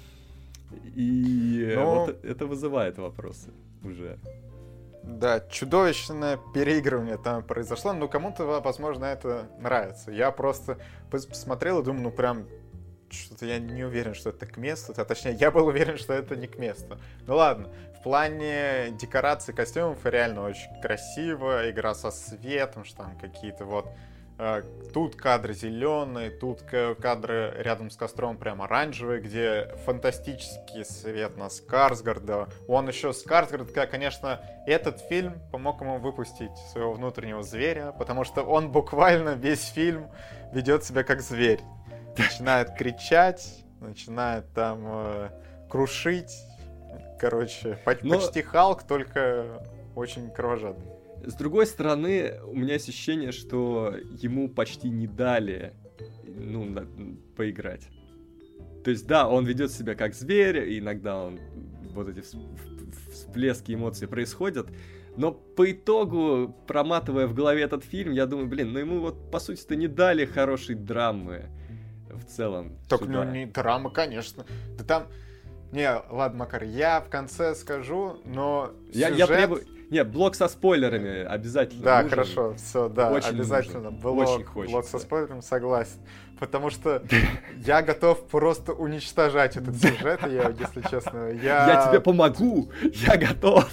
И Но... вот это вызывает вопросы уже. Да, чудовищное переигрывание там произошло, но кому-то, возможно, это нравится. Я просто посмотрел и думаю, ну прям, что-то я не уверен, что это к месту, а точнее, я был уверен, что это не к месту. Ну ладно, в плане декораций, костюмов реально очень красиво, игра со светом, что там какие-то вот... Тут кадры зеленые, тут кадры рядом с костром прям оранжевые, где фантастический свет на Скарсгарда. Он еще Скарсгард, конечно, этот фильм помог ему выпустить своего внутреннего зверя, потому что он буквально весь фильм ведет себя как зверь. Начинает кричать, начинает там э, крушить. Короче, Но... почти Халк, только очень кровожадный. С другой стороны, у меня ощущение, что ему почти не дали, ну, на, поиграть. То есть, да, он ведет себя как зверь, и иногда он, вот эти всплески эмоций происходят, но по итогу, проматывая в голове этот фильм, я думаю, блин, ну ему вот, по сути-то, не дали хорошей драмы в целом. Так, сюда. Ну, не драма, конечно. Да там... Не, ладно, Макар, я в конце скажу, но я, сюжет... я требую... Нет, блок со спойлерами обязательно Да, нужен. хорошо, все, да, Очень обязательно. Нужен. Блок, Очень хочется. Блок со спойлерами, согласен. Потому что я готов просто уничтожать этот сюжет, я, если честно. Я... я тебе помогу, я готов.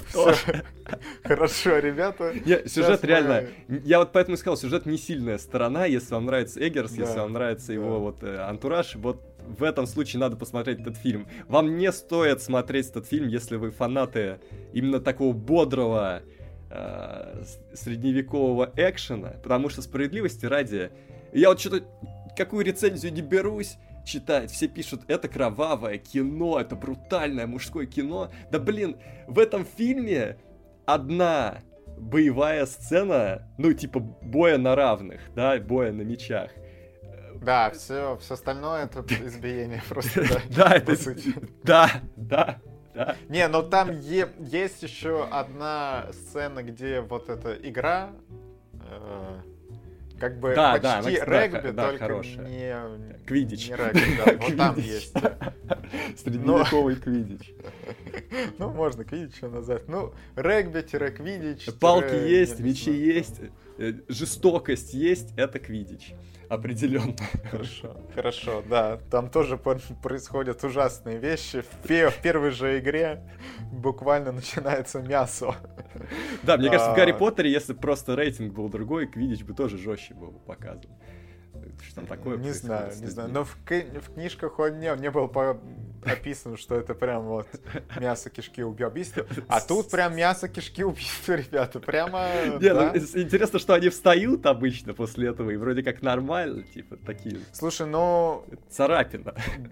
Хорошо, ребята. Нет, сюжет реально... Мы... Я вот поэтому и сказал, сюжет не сильная сторона. Если вам нравится Эггерс, да, если вам нравится да. его вот э, антураж, вот в этом случае надо посмотреть этот фильм. Вам не стоит смотреть этот фильм, если вы фанаты именно такого бодрого э, средневекового экшена, потому что, справедливости ради, я вот что-то, какую рецензию не берусь читать, все пишут, это кровавое кино, это брутальное мужское кино. Да блин, в этом фильме одна боевая сцена, ну типа боя на равных, да, боя на мечах. Да, все, все остальное это избиение просто, да, да, это, да, да, да. Не, но там е- есть еще одна сцена, где вот эта игра, э, как бы да, почти да, регби, да, только хорошая. не... Квиддич. Не регби, да, вот там есть. Средневековый квиддич. Ну, можно квиддичем назвать. Ну, регби-квиддич. Палки есть, мечи есть, жестокость есть, это квиддич. Определенно. Хорошо, хорошо, да. Там тоже происходят ужасные вещи. В первой же игре буквально начинается мясо. Да, мне кажется, в Гарри Поттере, если просто рейтинг был другой, квиддич бы тоже жестче был показан. Что там такое Не происходит знаю, с не людьми. знаю. Но в, ки- в книжках он не, не был по- описан, что это прям вот мясо, кишки, убийство. А тут прям мясо, кишки, убийство, ребята. Прямо, Не, да. ну, с- интересно, что они встают обычно после этого, и вроде как нормально, типа, такие, Слушай, ну, царапина.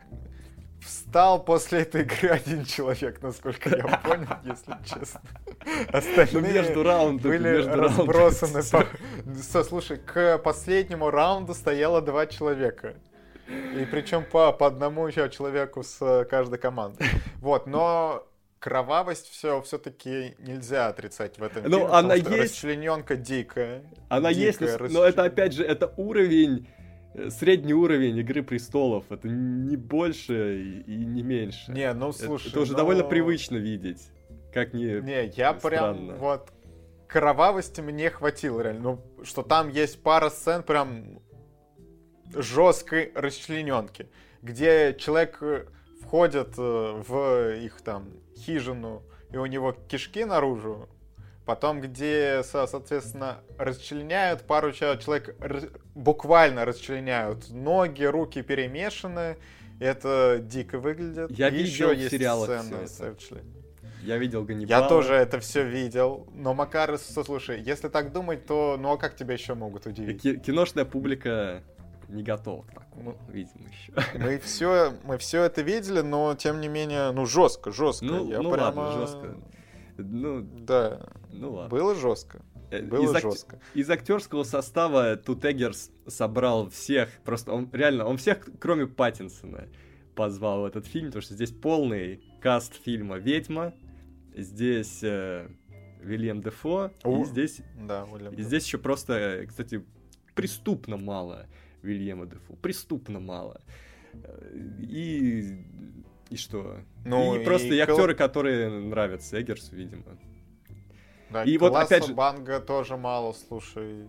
встал после этой игры один человек, насколько я понял, если честно. Ну, Остальные между раундами, были между раундами. разбросаны. по- Со- Слушай, к последнему раунду стояло два человека. И причем по, по одному еще человеку с каждой команды. Вот, но кровавость все все-таки нельзя отрицать в этом Ну, фильме, она потому что есть. расчлененка дикая. Она есть, дикая но, но это опять же, это уровень, э, средний уровень Игры Престолов. Это не больше и, и не меньше. Не, ну Это- слушай, это уже ну- довольно привычно видеть. Как не... Не, я прям странно. вот кровавости мне хватило реально. Ну, что там есть пара сцен прям жесткой расчлененки, где человек э, входит э, в их там хижину, и у него кишки наружу, потом где, со- соответственно, расчленяют пару чел- человек, р- буквально расчленяют ноги, руки перемешаны, это дико выглядит. Я И видел еще в есть сериалах сцены всё это. с расчлен- Я видел Ганнибала. Я тоже это все видел, но Макар, слушай, если так думать, то ну а как тебя еще могут удивить? Ки- Киношная публика не готова к такому, Ну, видимо, еще. Мы все, мы все это видели, но тем не менее, ну жестко, жестко. Ну, Я ну прямо... ладно, жестко. Ну, Да, ну ладно. было жестко. Э, Было из, ак- жестко. из актерского состава тут Эггерс собрал всех, просто он реально, он всех, кроме Паттинсона, позвал в этот фильм, потому что здесь полный каст фильма «Ведьма», здесь э, Вильям Дефо, О. и здесь, Да, Уильям. и здесь еще просто, э, кстати, преступно мало Вильяма Дефо, преступно мало. Э, И, и что? Ну, и, просто и и Кэл- актеры, которые нравятся Эггерсу, видимо. Да, и вот Класса опять же- Банга тоже мало, слушай.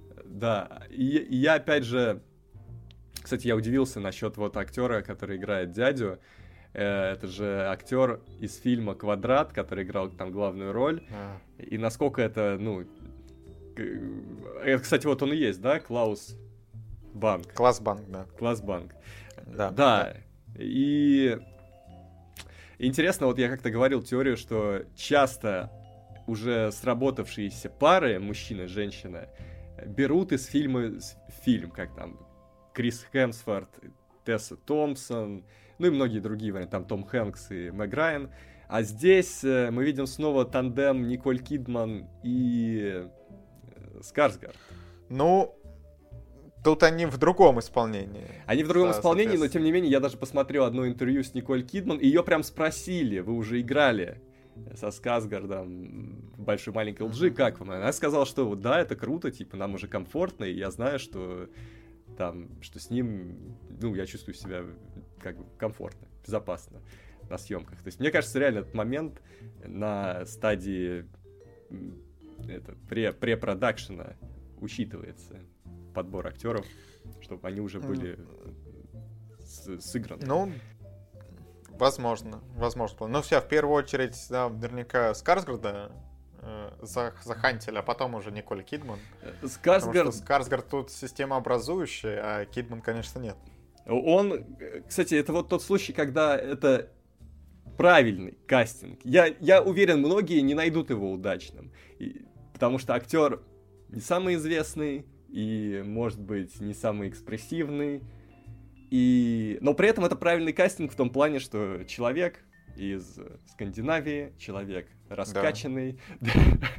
Да, и, и я опять же, кстати, я удивился насчет вот актера, который играет дядю. Э, Это же актер из фильма «Квадрат», который играл там главную роль. А, И насколько это, ну... к- Это, кстати, вот он и есть, да? Клаус Банк. Класс Банк, да. Класс Банк. Да. Да. И интересно, вот я как-то говорил теорию, что часто уже сработавшиеся пары, мужчина и женщина, берут из фильма с- фильм, как там Крис Хемсворт, Тесса Томпсон, ну и многие другие варианты, там Том Хэнкс и Мэг Райан. А здесь э, мы видим снова тандем Николь Кидман и э, Скарсгард. Ну, тут они в другом исполнении. Они в другом Да, исполнении, но соответственно. тем не менее я даже посмотрел одно интервью с Николь Кидман, и ее прям спросили, вы уже играли со Скарсгардом в «Большой маленькой лжи», как вам? Она сказала, что вот да, это круто, типа нам уже комфортно, и я знаю, что там, что с ним, ну, я чувствую себя как бы комфортно, безопасно на съемках. То есть мне кажется, реально этот момент на стадии м, это, пре- препродакшена учитывается подбор актеров, чтобы они уже были с- сыграны. Ну, возможно, возможно. Но все, в первую очередь, да, наверняка Скарсгарда э, за- захантили, а потом уже Николь Кидман. Потому Скарсгард, что Скарсгард тут системообразующая, а Кидман, конечно, нет. он, э, кстати, это вот тот случай, когда это правильный кастинг. Я, я уверен, многие не найдут его удачным, И- потому что актер не самый известный и, может быть, не самый экспрессивный. И... Но при этом это правильный кастинг в том плане, что человек из Скандинавии, человек раскачанный, Да.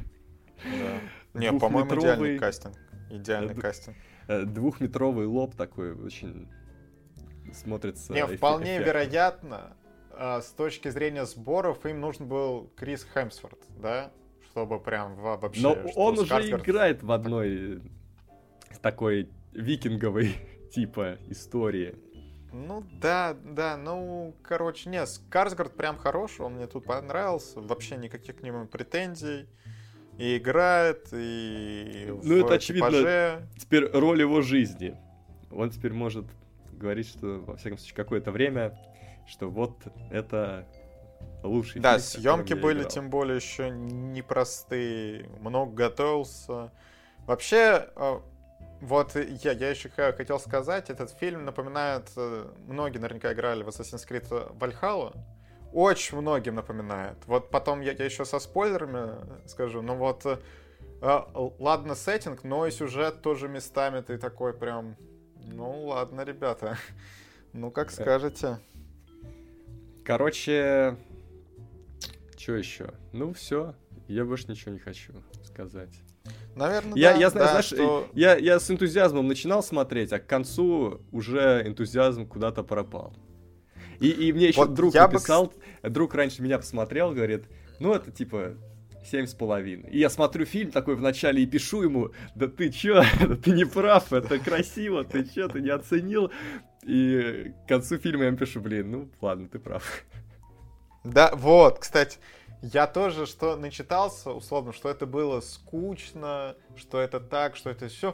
Не, по-моему, Двухметровый. идеальный кастинг. Идеальный Да, кастинг. э, двухметровый лоб такой очень смотрится. Не, эффе- вполне эффектно. вероятно, а, с точки зрения сборов, им нужен был Крис Хемсворт, да? Чтобы прям во- вообще... Но что он уже Скарсгард- играет в одной такой викинговой типа истории. Ну да, да, ну, короче, нет, Скарсгард прям хорош, он мне тут понравился, вообще никаких к нему претензий. И играет, и Ну, в это очевидно. типаже. Теперь роль его жизни. Он теперь может говорить, что, во всяком случае, какое-то время, что вот это лучший Да, фильм, в котором съемки я были, играл. тем более, еще непростые, много готовился. Вообще, э, Вот я, я еще хотел сказать, этот фильм напоминает, многие наверняка играли в Assassin's Creed Valhalla, очень многим напоминает. Вот потом я, я еще со спойлерами скажу, но вот ладно сеттинг, но и сюжет тоже местами ты такой прям, ну ладно, ребята, ну как скажете. Короче, что еще? Ну все, я больше ничего не хочу сказать. Наверное, я, да. Я знаю, да, знаешь, что... я, я с энтузиазмом начинал смотреть, а к концу уже энтузиазм куда-то пропал. И, и мне еще вот друг написал, бы... друг раньше меня посмотрел, говорит, ну это типа семь с половиной. И я смотрю фильм такой вначале и пишу ему, да ты чё, да ты не прав, это красиво, ты чё, ты не оценил. И к концу фильма я ему пишу, блин, ну ладно, ты прав. Да, вот, кстати, я тоже что начитался, условно, что это было скучно, что это так, что это все.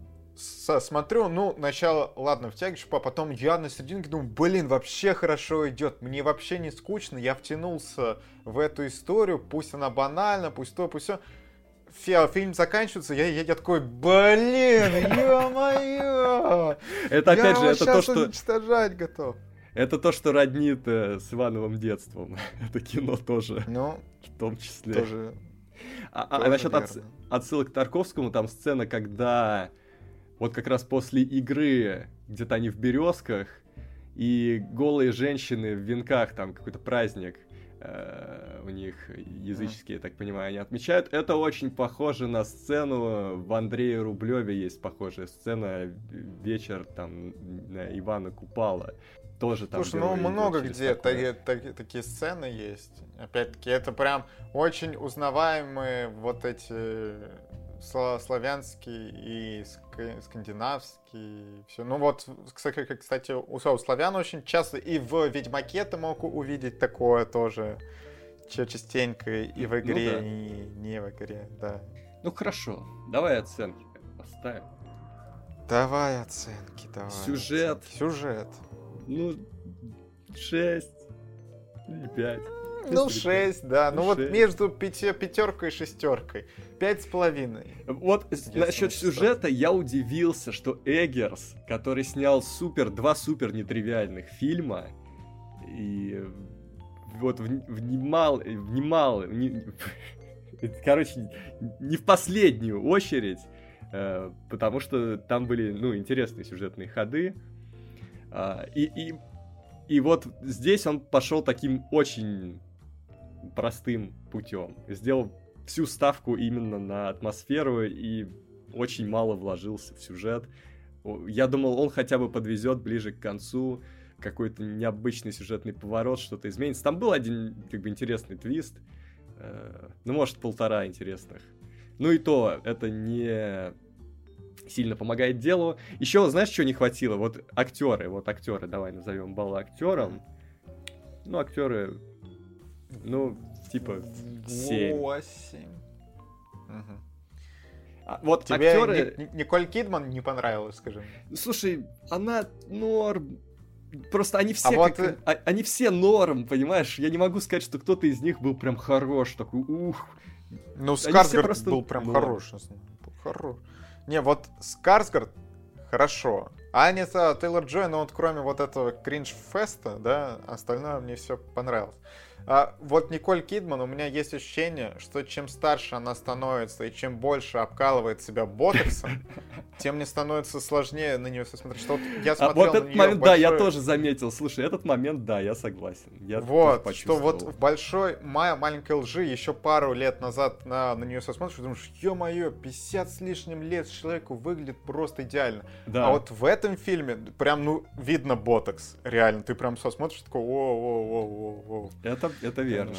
Смотрю, ну, начало, ладно, втягиваешь, а потом я на серединке думаю, блин, вообще хорошо идет, мне вообще не скучно, я втянулся в эту историю, пусть она банальна, пусть то, пусть все. Фильм заканчивается, я, я, я такой, блин, ё-моё! Это опять же, это то, что... уничтожать готов. Это то, что роднит э, с Ивановым детством. Это кино тоже. Ну, в том числе. Тоже. А, тоже а насчет от, отсылок к Тарковскому, там сцена, когда вот как раз после игры, где-то они в Березках, и голые женщины в венках, там какой-то праздник э, у них языческий, я так понимаю, они отмечают. Это очень похоже на сцену, в Андрее Рублеве есть похожая сцена, вечер там на Ивана Купала. Тоже там. Слушай, ну много где такие, такие, такие сцены есть. Опять-таки, это прям очень узнаваемые вот эти славянские и скандинавские. Все. Ну вот, кстати, у славян очень часто и в Ведьмаке ты мог увидеть такое тоже частенько и в игре, ну, да. и не в игре, да. Ну хорошо, давай оценки поставим. Давай оценки, давай. Сюжет. Оценки. Сюжет. Ну, шесть или пять. Ну, шесть, да. Ну, вот между пяти, пятеркой и шестеркой. Пять с половиной. Вот насчет сюжета я удивился, что Эггерс, который снял супер, два супер нетривиальных фильма, и вот внимал, внимал, не, короче, не в последнюю очередь, потому что там были, ну, интересные сюжетные ходы. И, и, и вот здесь он пошел таким очень простым путем. Сделал всю ставку именно на атмосферу и очень мало вложился в сюжет. Я думал, он хотя бы подвезет ближе к концу, какой-то необычный сюжетный поворот, что-то изменится. Там был один как бы интересный твист, ну, может, полтора интересных. Ну и то, это не... сильно помогает делу. Еще, знаешь, что не хватило? Вот актеры, вот актеры, давай назовем баллы актерам. Ну, актеры, ну, типа семь. восемь. Угу. А, вот тебе актеры... Ник- Николь Кидман не понравилось, скажи мне? Слушай, она норм. Просто они все, а как... вот... а, они все норм, понимаешь? Я не могу сказать, что кто-то из них был прям хорош, такой, ух. Ну, Скарсгард просто... был прям норм. хорош. Был хорош. Не, вот Скарсгард хорошо. Аня Тейлор-Джой, ну вот кроме вот этого кринж-феста, да, остальное мне все понравилось. А вот Николь Кидман, у меня есть ощущение, что чем старше она становится и чем больше обкалывает себя ботоксом, тем мне становится сложнее на нее смотреть. Что вот я смотрел а вот на этот нее момент, большой... да, я тоже заметил. Слушай, этот момент, да, я согласен. Я вот, что вот в большой ма- маленькой лжи еще пару лет назад на, на нее смотришь и думаешь, ё-моё, пятьдесят с лишним лет человеку выглядит просто идеально. Да. А вот в этом фильме прям, ну, видно ботокс, реально. Ты прям смотришь, такой, о-о-о-о-о. Это, это верно.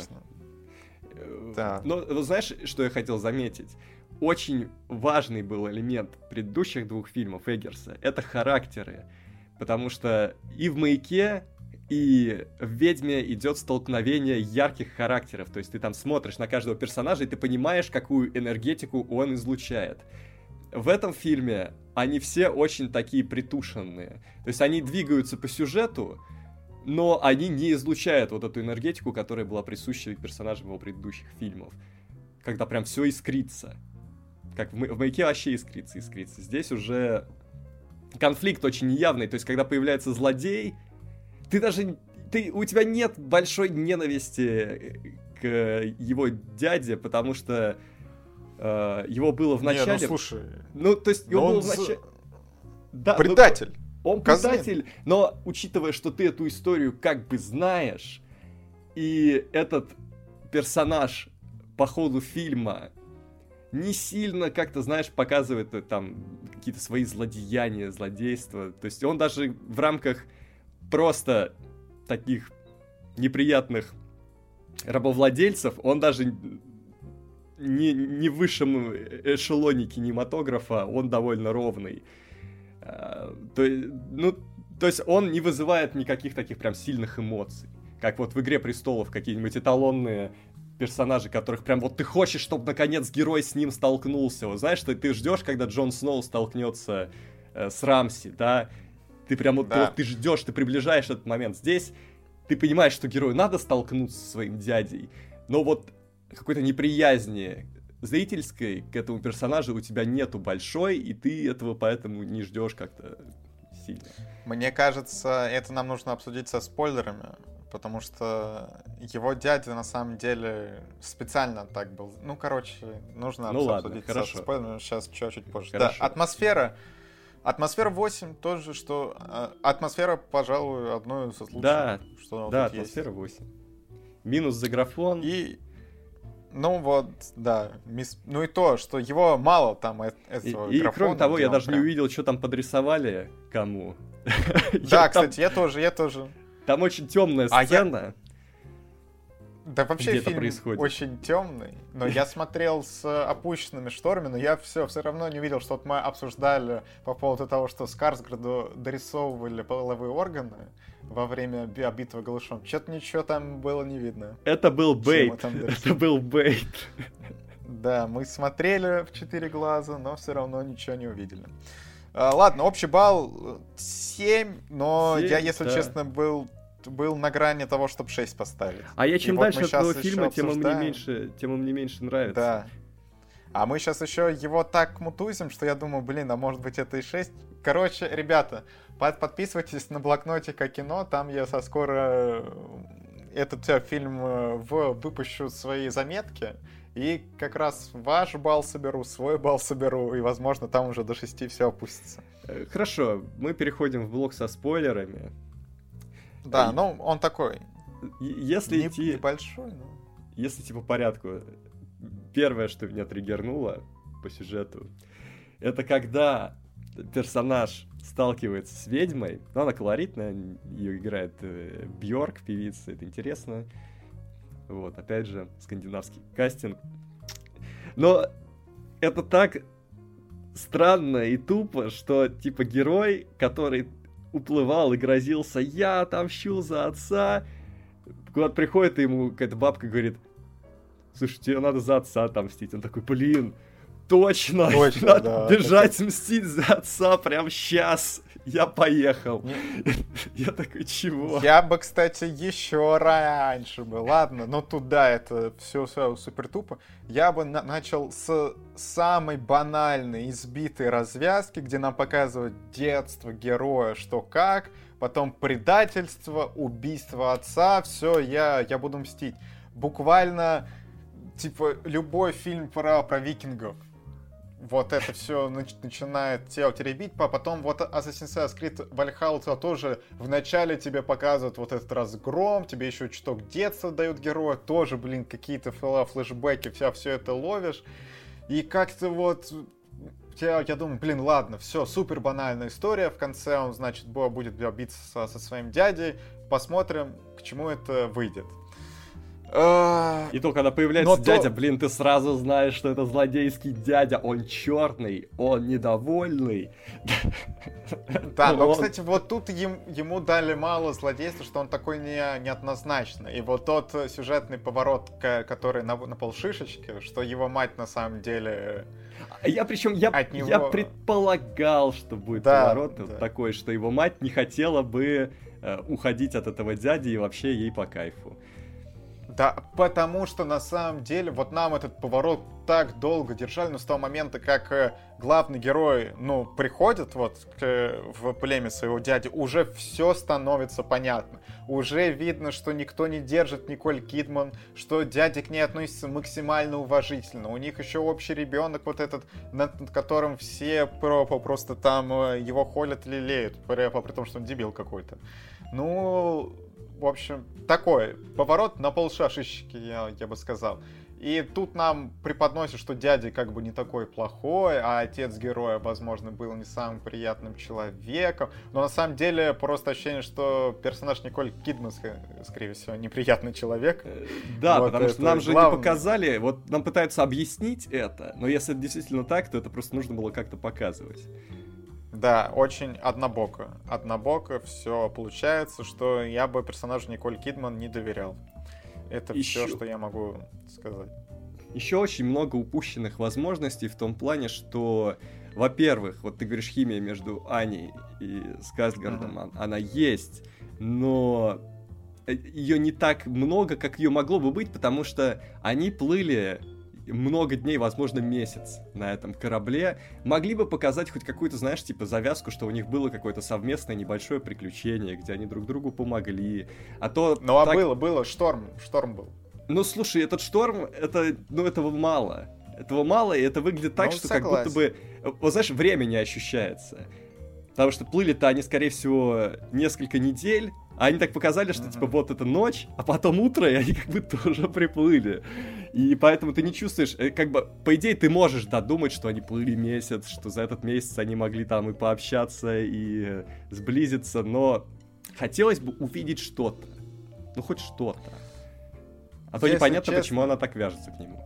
Да. Но, но знаешь, что я хотел заметить? Очень важный был элемент предыдущих двух фильмов Эггерса — это характеры. Потому что и в «Маяке», и в «Ведьме» идет столкновение ярких характеров. То есть ты там смотришь на каждого персонажа, и ты понимаешь, какую энергетику он излучает. В этом фильме они все очень такие притушенные. То есть они двигаются по сюжету, но они не излучают вот эту энергетику, которая была присуща персонажам его предыдущих фильмов. Когда прям все искрится. как в, в «Маяке» вообще искрится, искрится. Здесь уже конфликт очень неявный, то есть когда появляется злодей, ты даже, ты, у тебя нет большой ненависти к его дяде, потому что э, его было в начале... Не, ну слушай... Ну, то есть его ну, было он в начале... з... Да, предатель. Ну, он предатель, но учитывая, что ты эту историю как бы знаешь, и этот персонаж по ходу фильма не сильно как-то, знаешь, показывает там какие-то свои злодеяния, злодейства. То есть он даже в рамках просто таких неприятных рабовладельцев, он даже не, не в высшем эшелоне кинематографа, он довольно ровный. То, ну, то есть он не вызывает никаких таких прям сильных эмоций. Как вот в «Игре престолов» какие-нибудь эталонные персонажи, которых прям вот ты хочешь, чтобы наконец герой с ним столкнулся. Вот знаешь, что ты ждешь, когда Джон Сноу столкнется э, с Рамси, да? Ты прям вот, да. вот ты ждешь, ты приближаешь этот момент. Здесь ты понимаешь, что герою надо столкнуться со своим дядей, но вот какой-то неприязни зрительской к этому персонажу у тебя нету большой, и ты этого поэтому не ждешь как-то сильно. Мне кажется, это нам нужно обсудить со спойлерами. Потому что его дядя на самом деле специально так был. Ну, короче, нужно ну, обсудить ладно, со спойлерами сейчас чуть-чуть позже. Хорошо. Да, атмосфера. Атмосфера восемь тоже, что... Атмосфера, пожалуй, одно из лучших, да, что да, тут атмосфера есть. восемь. Минус за графон. И... Ну вот, да. Мисс... Ну и то, что его мало там этого И, и графона. кроме того, я даже прям... не увидел, что там подрисовали кому. Да, кстати, я тоже, я тоже. Там очень темная сцена. А я... Да вообще фильм происходит. очень темный, но я смотрел с опущенными шторами, но я все все равно не видел, что вот мы обсуждали по поводу того, что Скарсгарду дорисовывали половые органы во время битвы голышом. Что-то ничего там было не видно. Это был бейт. Это был бейт. Да, мы смотрели в четыре глаза, но все равно ничего не увидели. А, ладно, общий балл семь, но семь, я, если да. честно, был, был на грани того, чтобы шесть поставить. А я чем и дальше вот от этого фильма, тем он, мне меньше, тем он мне меньше нравится. Да. А мы сейчас еще его так мутузим, что я думаю, блин, а может быть это и шесть. Короче, ребята, под, подписывайтесь на блокнотика кино, там я со скоро этот фильм в, выпущу свои заметки. И как раз ваш балл соберу, свой балл соберу, и, возможно, там уже до шести все опустится. Хорошо, мы переходим в блок со спойлерами. Да, и... ну, он такой. Если не, идти... Небольшой, но... Если идти по порядку, первое, что меня триггернуло по сюжету, это когда персонаж сталкивается с ведьмой, ну, она колоритная, ее играет Бьорк, певица, это интересно. Вот, опять же, скандинавский кастинг. Но это так странно и тупо, что, типа, герой, который уплывал и грозился, я отомщу за отца, куда-то приходит, и ему какая-то бабка говорит, слушай, тебе надо за отца отомстить. Он такой, блин, точно, точно надо да, бежать это... мстить за отца прямо сейчас. Я поехал. Не... Я такой, чего? Я бы, кстати, еще раньше бы. Ладно, но тут, да, это все, все супер тупо. Я бы на- начал с самой банальной, избитой развязки, где нам показывают детство героя, что как, потом предательство, убийство отца, все, я, я буду мстить. Буквально, типа, любой фильм про, про викингов. Вот это все нач- начинает тебя теребить, а потом вот Assassin's Creed Valhalla тоже вначале тебе показывают вот этот разгром, тебе еще чуток детства дают героя, тоже, блин, какие-то флешбеки, вся все это ловишь, и как-то вот я, я думаю, блин, ладно, все, супер банальная история, в конце он, значит, будет биться со, со своим дядей, посмотрим, к чему это выйдет. И то, когда появляется но дядя, то... блин, ты сразу знаешь, что это злодейский дядя. Он черный, он недовольный. Да, но, кстати, вот тут им, ему дали мало злодейства, что он такой не, неоднозначный. И вот тот сюжетный поворот, который на, на полшишечки, что его мать на самом деле... Я причем, я, от него... я предполагал, что будет да, поворот да. такой, что его мать не хотела бы э, уходить от этого дяди и вообще ей по кайфу. Да, потому что на самом деле вот нам этот поворот так долго держали, но с того момента, как э, главный герой, ну, приходит вот к, в племя своего дяди, уже все становится понятно. Уже видно, что никто не держит Николь Кидман, что дядя к ней относится максимально уважительно. У них еще общий ребенок вот этот, над, над которым все про, просто там э, его холят, лелеют, при, при том, что он дебил какой-то. Ну... В общем, такой поворот на полшашечки, я, я бы сказал. И тут нам преподносят, что дядя как бы не такой плохой, а отец героя, возможно, был не самым приятным человеком. Но на самом деле просто ощущение, что персонаж Николь Кидман, скорее всего, неприятный человек. Да, вот потому что нам же главное. не показали, вот нам пытаются объяснить это, но если это действительно так, то это просто нужно было как-то показывать. Да, очень однобоко. Однобоко все получается, что я бы персонажу Николь Кидман не доверял. Это Еще... все, что я могу сказать. Еще очень много упущенных возможностей в том плане, что, во-первых, вот ты говоришь, химия между Аней и Скарсгардом, mm-hmm. она есть, но ее не так много, как ее могло бы быть, потому что они плыли много дней, возможно, месяц на этом корабле. Могли бы показать хоть какую-то, знаешь, типа завязку, что у них было какое-то совместное небольшое приключение, где они друг другу помогли. А то... Ну, а так... было, было, шторм, шторм был. Ну, слушай, этот шторм, это, ну, этого мало. Этого мало, и это выглядит так, ну, что согласен. как будто бы, вот знаешь, время не ощущается. Потому что плыли-то они, скорее всего, несколько недель, а они так показали, что, uh-huh. типа, вот это ночь, а потом утро, и они как будто уже приплыли. И поэтому ты не чувствуешь, как бы, по идее, ты можешь додумать, что они плыли месяц, что за этот месяц они могли там и пообщаться, и сблизиться, но хотелось бы увидеть что-то. Ну, хоть что-то. А то Если непонятно, честно... почему она так вяжется к нему.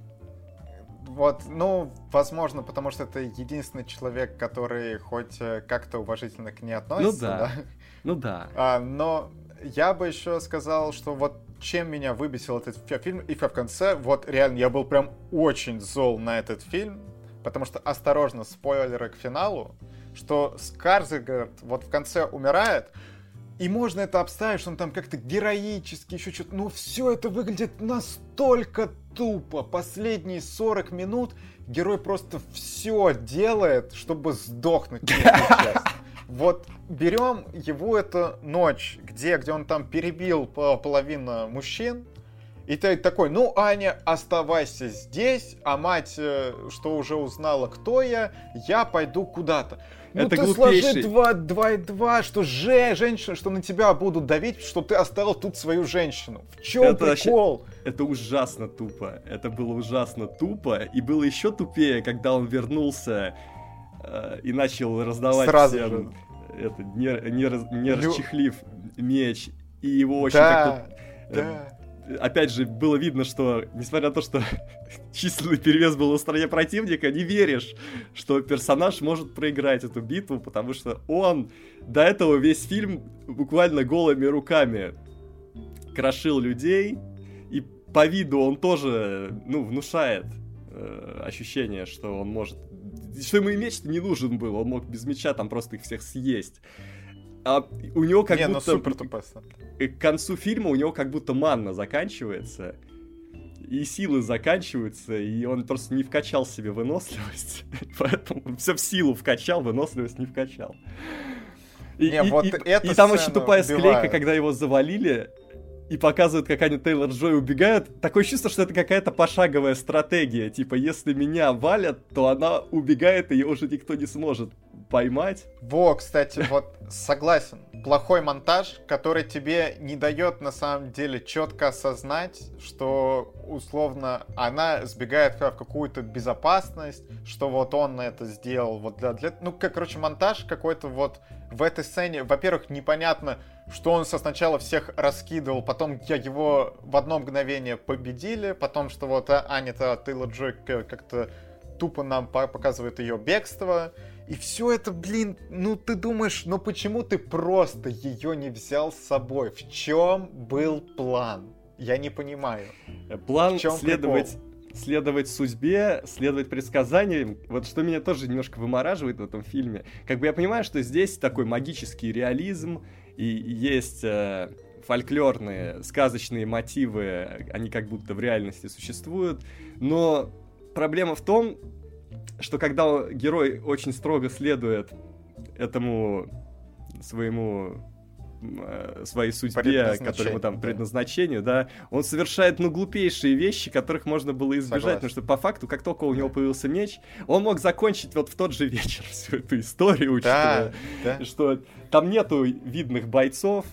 Вот, ну, возможно, потому что это единственный человек, который хоть как-то уважительно к ней относится. Ну да, да? ну да. А, но я бы еще сказал, что вот чем меня выбесил этот фильм, и в конце, вот реально, я был прям очень зол на этот фильм, потому что, осторожно, спойлеры к финалу, что Скарсгард вот в конце умирает, и можно это обставить, что он там как-то героически еще что-то... Ну, все это выглядит настолько тупо. Последние сорок минут герой просто все делает, чтобы сдохнуть. Вот берем его эту ночь, где, где он там перебил половину мужчин, и ты такой, ну, Аня, оставайся здесь, а мать, что уже узнала, кто я, я пойду куда-то. Ну это ты глупейший. Сложи два, два и два, что же, женщина, что на тебя будут давить, что ты оставил тут свою женщину. В чем это прикол? Вообще, это ужасно тупо. Это было ужасно тупо. И было еще тупее, когда он вернулся э, и начал раздавать Сразу всем, же. Это, не, не, не Лю... расчехлив меч. И его очень да, как-то... Да. Опять же, было видно, что, несмотря на то, что численный перевес был на стороне противника, не веришь, что персонаж может проиграть эту битву, потому что он до этого весь фильм буквально голыми руками крошил людей, и по виду он тоже, ну, внушает э, ощущение, что он может... Что ему и меч-то не нужен был, он мог без меча там просто их всех съесть. А у него как не, будто... ну супер тупо. К концу фильма у него как будто манна заканчивается, и силы заканчиваются, и он просто не вкачал себе выносливость, поэтому все в силу вкачал, выносливость не вкачал. И, не, и, вот и, и там очень тупая убивает. склейка, когда его завалили, и показывают, как Аня Тейлор-Джой убегает. Такое чувство, что это какая-то пошаговая стратегия. Типа, если меня валят, то она убегает, и ее уже никто не сможет поймать. Во, кстати, вот согласен. Плохой монтаж, который тебе не дает на самом деле четко осознать, что условно она сбегает в какую-то безопасность, что вот он это сделал. Вот для, для... Ну, как, короче, монтаж какой-то вот в этой сцене. Во-первых, непонятно, что он сначала всех раскидывал, потом его в одно мгновение победили, потом, что вот Аня-то Тейлор-Джой как-то тупо нам показывает ее бегство. И все это, блин, ну ты думаешь, ну почему ты просто ее не взял с собой? В чем был план? Я не понимаю. План следовать, следовать судьбе, следовать предсказаниям. Вот что меня тоже немножко вымораживает в этом фильме. Как бы я понимаю, что здесь такой магический реализм, и есть э, фольклорные, сказочные мотивы, они как будто в реальности существуют, но проблема в том, что когда герой очень строго следует этому своему своей судьбе, которому там предназначению, да, он совершает, ну, глупейшие вещи, которых можно было избежать, Согласен. Потому что по факту, как только у него появился меч, он мог закончить вот в тот же вечер всю эту историю, учитывая, да, да. что там нету видных бойцов.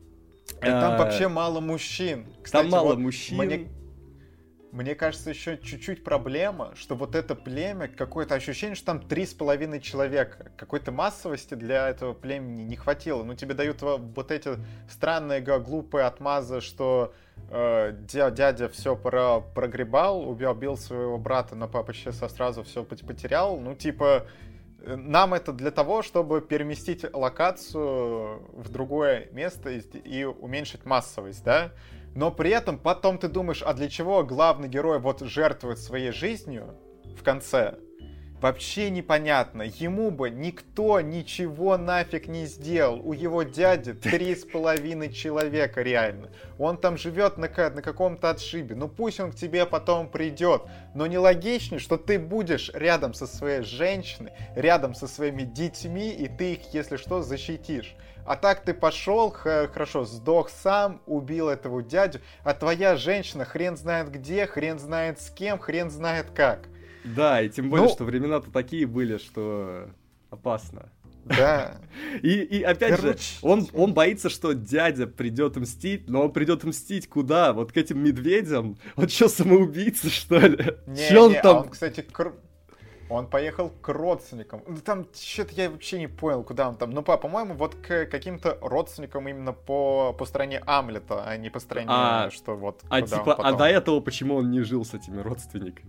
И а, там вообще мало мужчин. Кстати, там мало вот мужчин. Мне... Мне кажется, еще чуть-чуть проблема, что вот это племя, какое-то ощущение, что там три с половиной человека. Какой-то массовости для этого племени не хватило. Ну, тебе дают вот эти странные, глупые отмазы, что э, дядя все про прогребал, убил, убил своего брата, но папа сейчас сразу все потерял. Ну, типа, нам это для того, чтобы переместить локацию в другое место и, и уменьшить массовость, да? Но при этом потом ты думаешь, а для чего главный герой вот жертвует своей жизнью в конце? Вообще непонятно. Ему бы никто ничего нафиг не сделал. У его дяди три с половиной человека реально. Он там живет на, на каком-то отшибе. Ну пусть он к тебе потом придет. Но нелогичнее, что ты будешь рядом со своей женщиной, рядом со своими детьми, и ты их, если что, защитишь. А так ты пошел, х- хорошо, сдох сам, убил этого дядю, а твоя женщина хрен знает где, хрен знает с кем, хрен знает как. Да, и тем более, ну, что времена-то такие были, что опасно. Да. И, и опять Короче... же, он, он боится, что дядя придет мстить, но он придет мстить куда? Вот к этим медведям? Он что, самоубийца, что ли? Не, Чё не, он там... а он, кстати, кр... он поехал к родственникам. Там что-то я вообще не понял, куда он там. Ну, по- по-моему, вот к каким-то родственникам именно по, по стране Амлета, а не по стране, а, что вот а куда типа, он потом. А до этого почему он не жил с этими родственниками?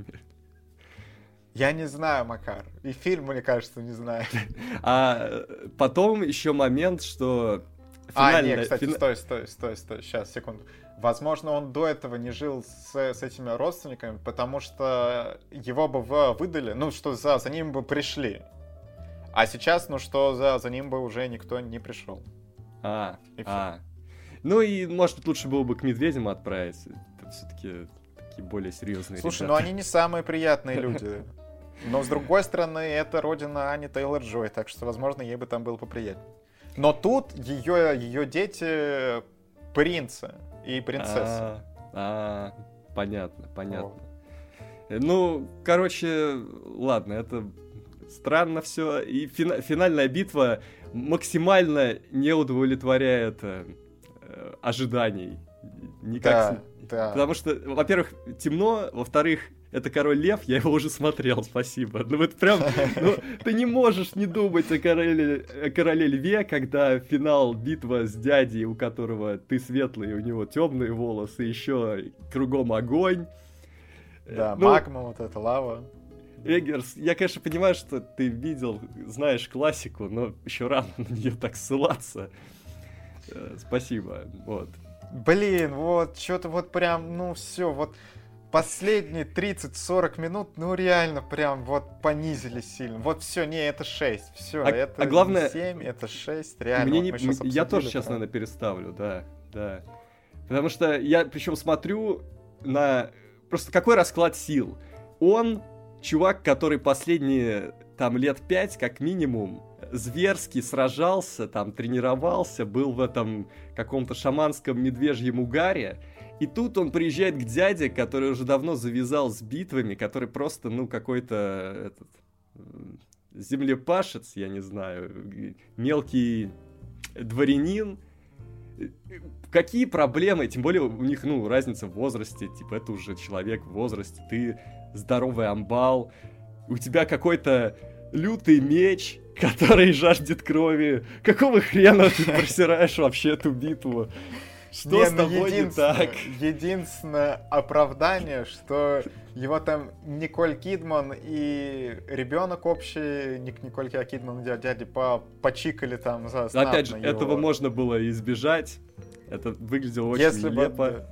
Я не знаю, Макар. И фильм, мне кажется, не знает. А потом еще момент, что... Финальная... А, нет, кстати, Фин... стой, стой, стой, стой, сейчас, секунду. Возможно, он до этого не жил с, с этими родственниками, потому что его бы выдали, ну, что за, за ним бы пришли. А сейчас, ну, что за, за ним бы уже никто не пришел. А, а. Ну и, может быть, лучше было бы к медведям отправиться. Это все-таки такие более серьезные Слушай, ребята. ну они не самые приятные люди. Но, с другой стороны, это родина Ани Тейлор-Джой, так что, возможно, ей бы там было поприятнее. Но тут ее, ее дети принцы и принцессы. А, а, понятно, понятно. О. Ну, короче, ладно, это странно все. И фина- финальная битва максимально не удовлетворяет э, ожиданий. Никак. Да, да. Потому что, во-первых, темно, во-вторых, это Король Лев, я его уже смотрел, спасибо. Ну вот прям, ну, ты не можешь не думать о короле, о короле Льве, когда финал битва с дядей, у которого ты светлый, у него темные волосы, еще кругом огонь. Да, ну, магма вот эта, лава. Эггерс, я, конечно, понимаю, что ты видел, знаешь классику, но еще рано на нее так ссылаться. Спасибо, вот. Блин, вот, что-то вот прям, ну все, вот последние тридцать-сорок минут, ну реально прям вот понизили сильно. Вот все, не, это шесть, все, а, это а главное, не семь, это шесть, реально. Мне вот не, м- я тоже сейчас, прям. наверное, переставлю, да, да. Потому что я, причем, смотрю на... Просто какой расклад сил? Он, чувак, который последние, там, лет пять, как минимум, зверски сражался, там, тренировался, был в этом каком-то шаманском медвежьем угаре, и тут он приезжает к дяде, который уже давно завязал с битвами, который просто, ну, какой-то этот, землепашец, я не знаю, мелкий дворянин. Какие проблемы? Тем более у них, ну, разница в возрасте, типа, это уже человек в возрасте, ты здоровый амбал, у тебя какой-то лютый меч, который жаждет крови. Какого хрена ты просираешь вообще эту битву? Что не, с тобой не так? Единственное оправдание, что его там Николь Кидман и ребенок общий, Ник, Николь Кидман и дяди по, почикали там за знатно. Опять же, его. этого можно было избежать. Это выглядело очень если нелепо. Бы,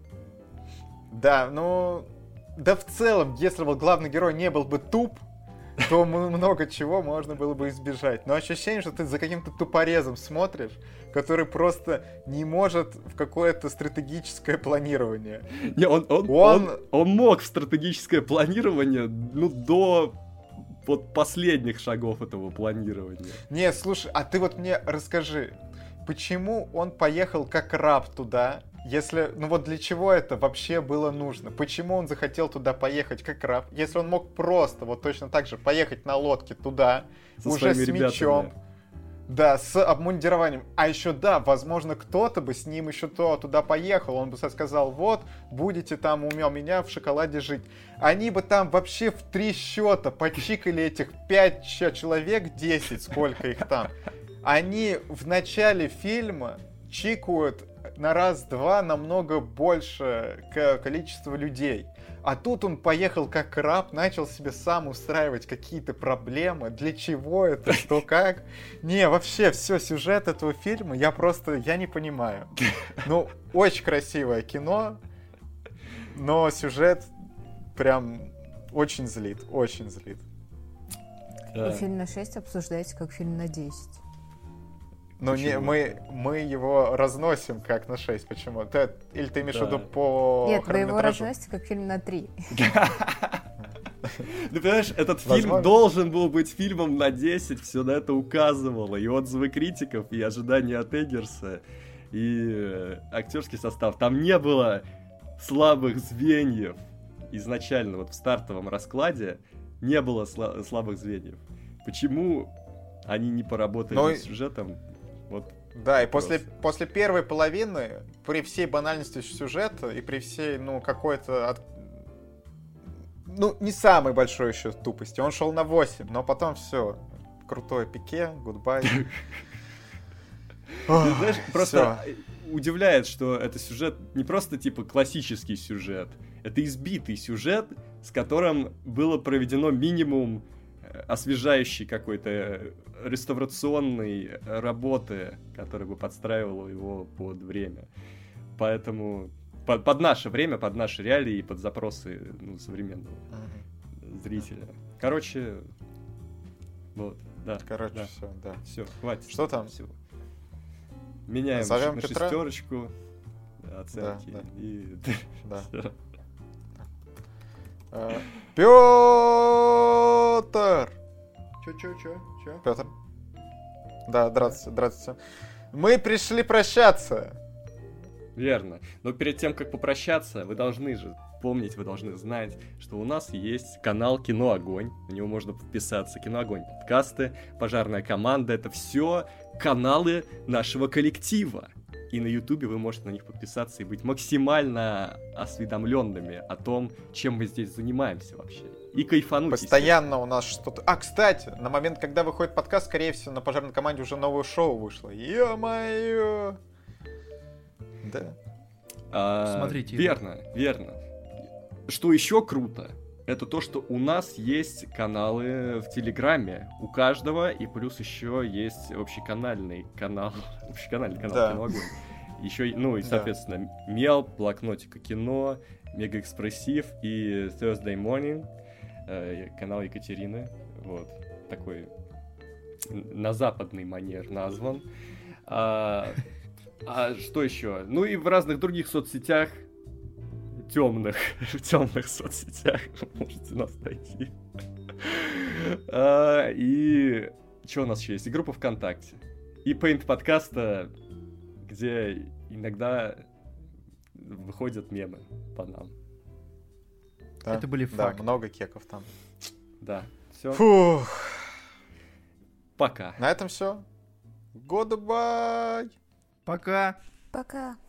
да, ну... Да в целом, если бы главный герой не был бы туп, то много чего можно было бы избежать. Но ощущение, что ты за каким-то тупорезом смотришь, который просто не может в какое-то стратегическое планирование. Не, он, он, он... Он, он мог в стратегическое планирование, ну, до вот последних шагов этого планирования. Не, слушай, а ты вот мне расскажи, почему он поехал как раб туда, если, ну вот для чего это вообще было нужно? Почему он захотел туда поехать как раб, если он мог просто вот точно так же поехать на лодке туда, со уже с ребятами. мечом, да, с обмундированием. А еще да, возможно, кто-то бы с ним еще то туда поехал, он бы сказал, вот, будете там у меня в шоколаде жить. Они бы там вообще в три счета почикали этих пять человек, десять, сколько их там. Они в начале фильма чикают на раз-два намного больше количество людей. А тут он поехал как раб, начал себе сам устраивать какие-то проблемы. Для чего это, что, как? Не, вообще, все, сюжет этого фильма, я просто, я не понимаю. Ну, очень красивое кино, но сюжет прям очень злит, очень злит. Вы фильм на шесть обсуждаете как фильм на десять. Ну, не, мы, мы его разносим как на шесть. Почему? Ты, или ты имеешь в виду по Нет, вы его хронометражу? разносите как фильм на три. Ты понимаешь, этот фильм должен был быть фильмом на десять, все на это указывало. И отзывы критиков, и ожидания от Эггерса, и актерский состав. Там не было слабых звеньев изначально, вот в стартовом раскладе не было сла- слабых звеньев. Почему они не поработали Но... над сюжетом? Вот. Да, и после, после первой половины, при всей банальности сюжета и при всей, ну, какой-то... От... Ну, не самой большой еще тупости. Он шел на восемь, но потом все. Крутое пике, гудбай. Знаешь, просто удивляет, что это сюжет не просто типа классический сюжет. Это избитый сюжет, с которым было проведено минимум освежающей какой-то реставрационной работы, которая бы подстраивала его под время. Поэтому под, под наше время, под наши реалии и под запросы, ну, современного uh-huh. зрителя. Короче, вот, да. Короче, да. все, да. Все, хватит. Что там? Все. Меняем Зовем на Петра? шестерочку оценки. Да, да. И... Да. Все. Пётр! Чё, чё, чё, чё? Пётр. Да, здравствуйте, здравствуйте. Мы пришли прощаться. Верно. Но перед тем, как попрощаться, вы должны же помнить, вы должны знать, что у нас есть канал «Кино Огонь». На него можно подписаться. «Кино Огонь» подкасты, «Пожарная команда» — это все каналы нашего коллектива. И на Ютубе вы можете на них подписаться и быть максимально осведомленными о том, чем мы здесь занимаемся вообще. И кайфануть. Постоянно у нас что-то... А, кстати, на момент, когда выходит подкаст, скорее всего, на «Пожарной команде» уже новое шоу вышло. Ё-моё! Да. А, Смотрите. Верно, верно. Что еще круто, это то, что у нас есть каналы в Телеграме. У каждого, и плюс еще есть общеканальный канал. Общеканальный канал Да. «Кино Огонь». Еще, ну и, соответственно, да. Мел, Блокнотика кино, Мега Экспрессив и Thursday Morning, э, канал Екатерины. Вот, такой на западный манер назван. А, а что еще? Ну и в разных других соцсетях, темных, в темных соцсетях вы можете нас найти. А, и что у нас еще есть? И группа ВКонтакте. И Paint подкаста, где иногда выходят мемы по нам. Да, Это были да, факты. много кеков там. Да, все. Фух. Пока. На этом все. Goodbye. Пока. Пока.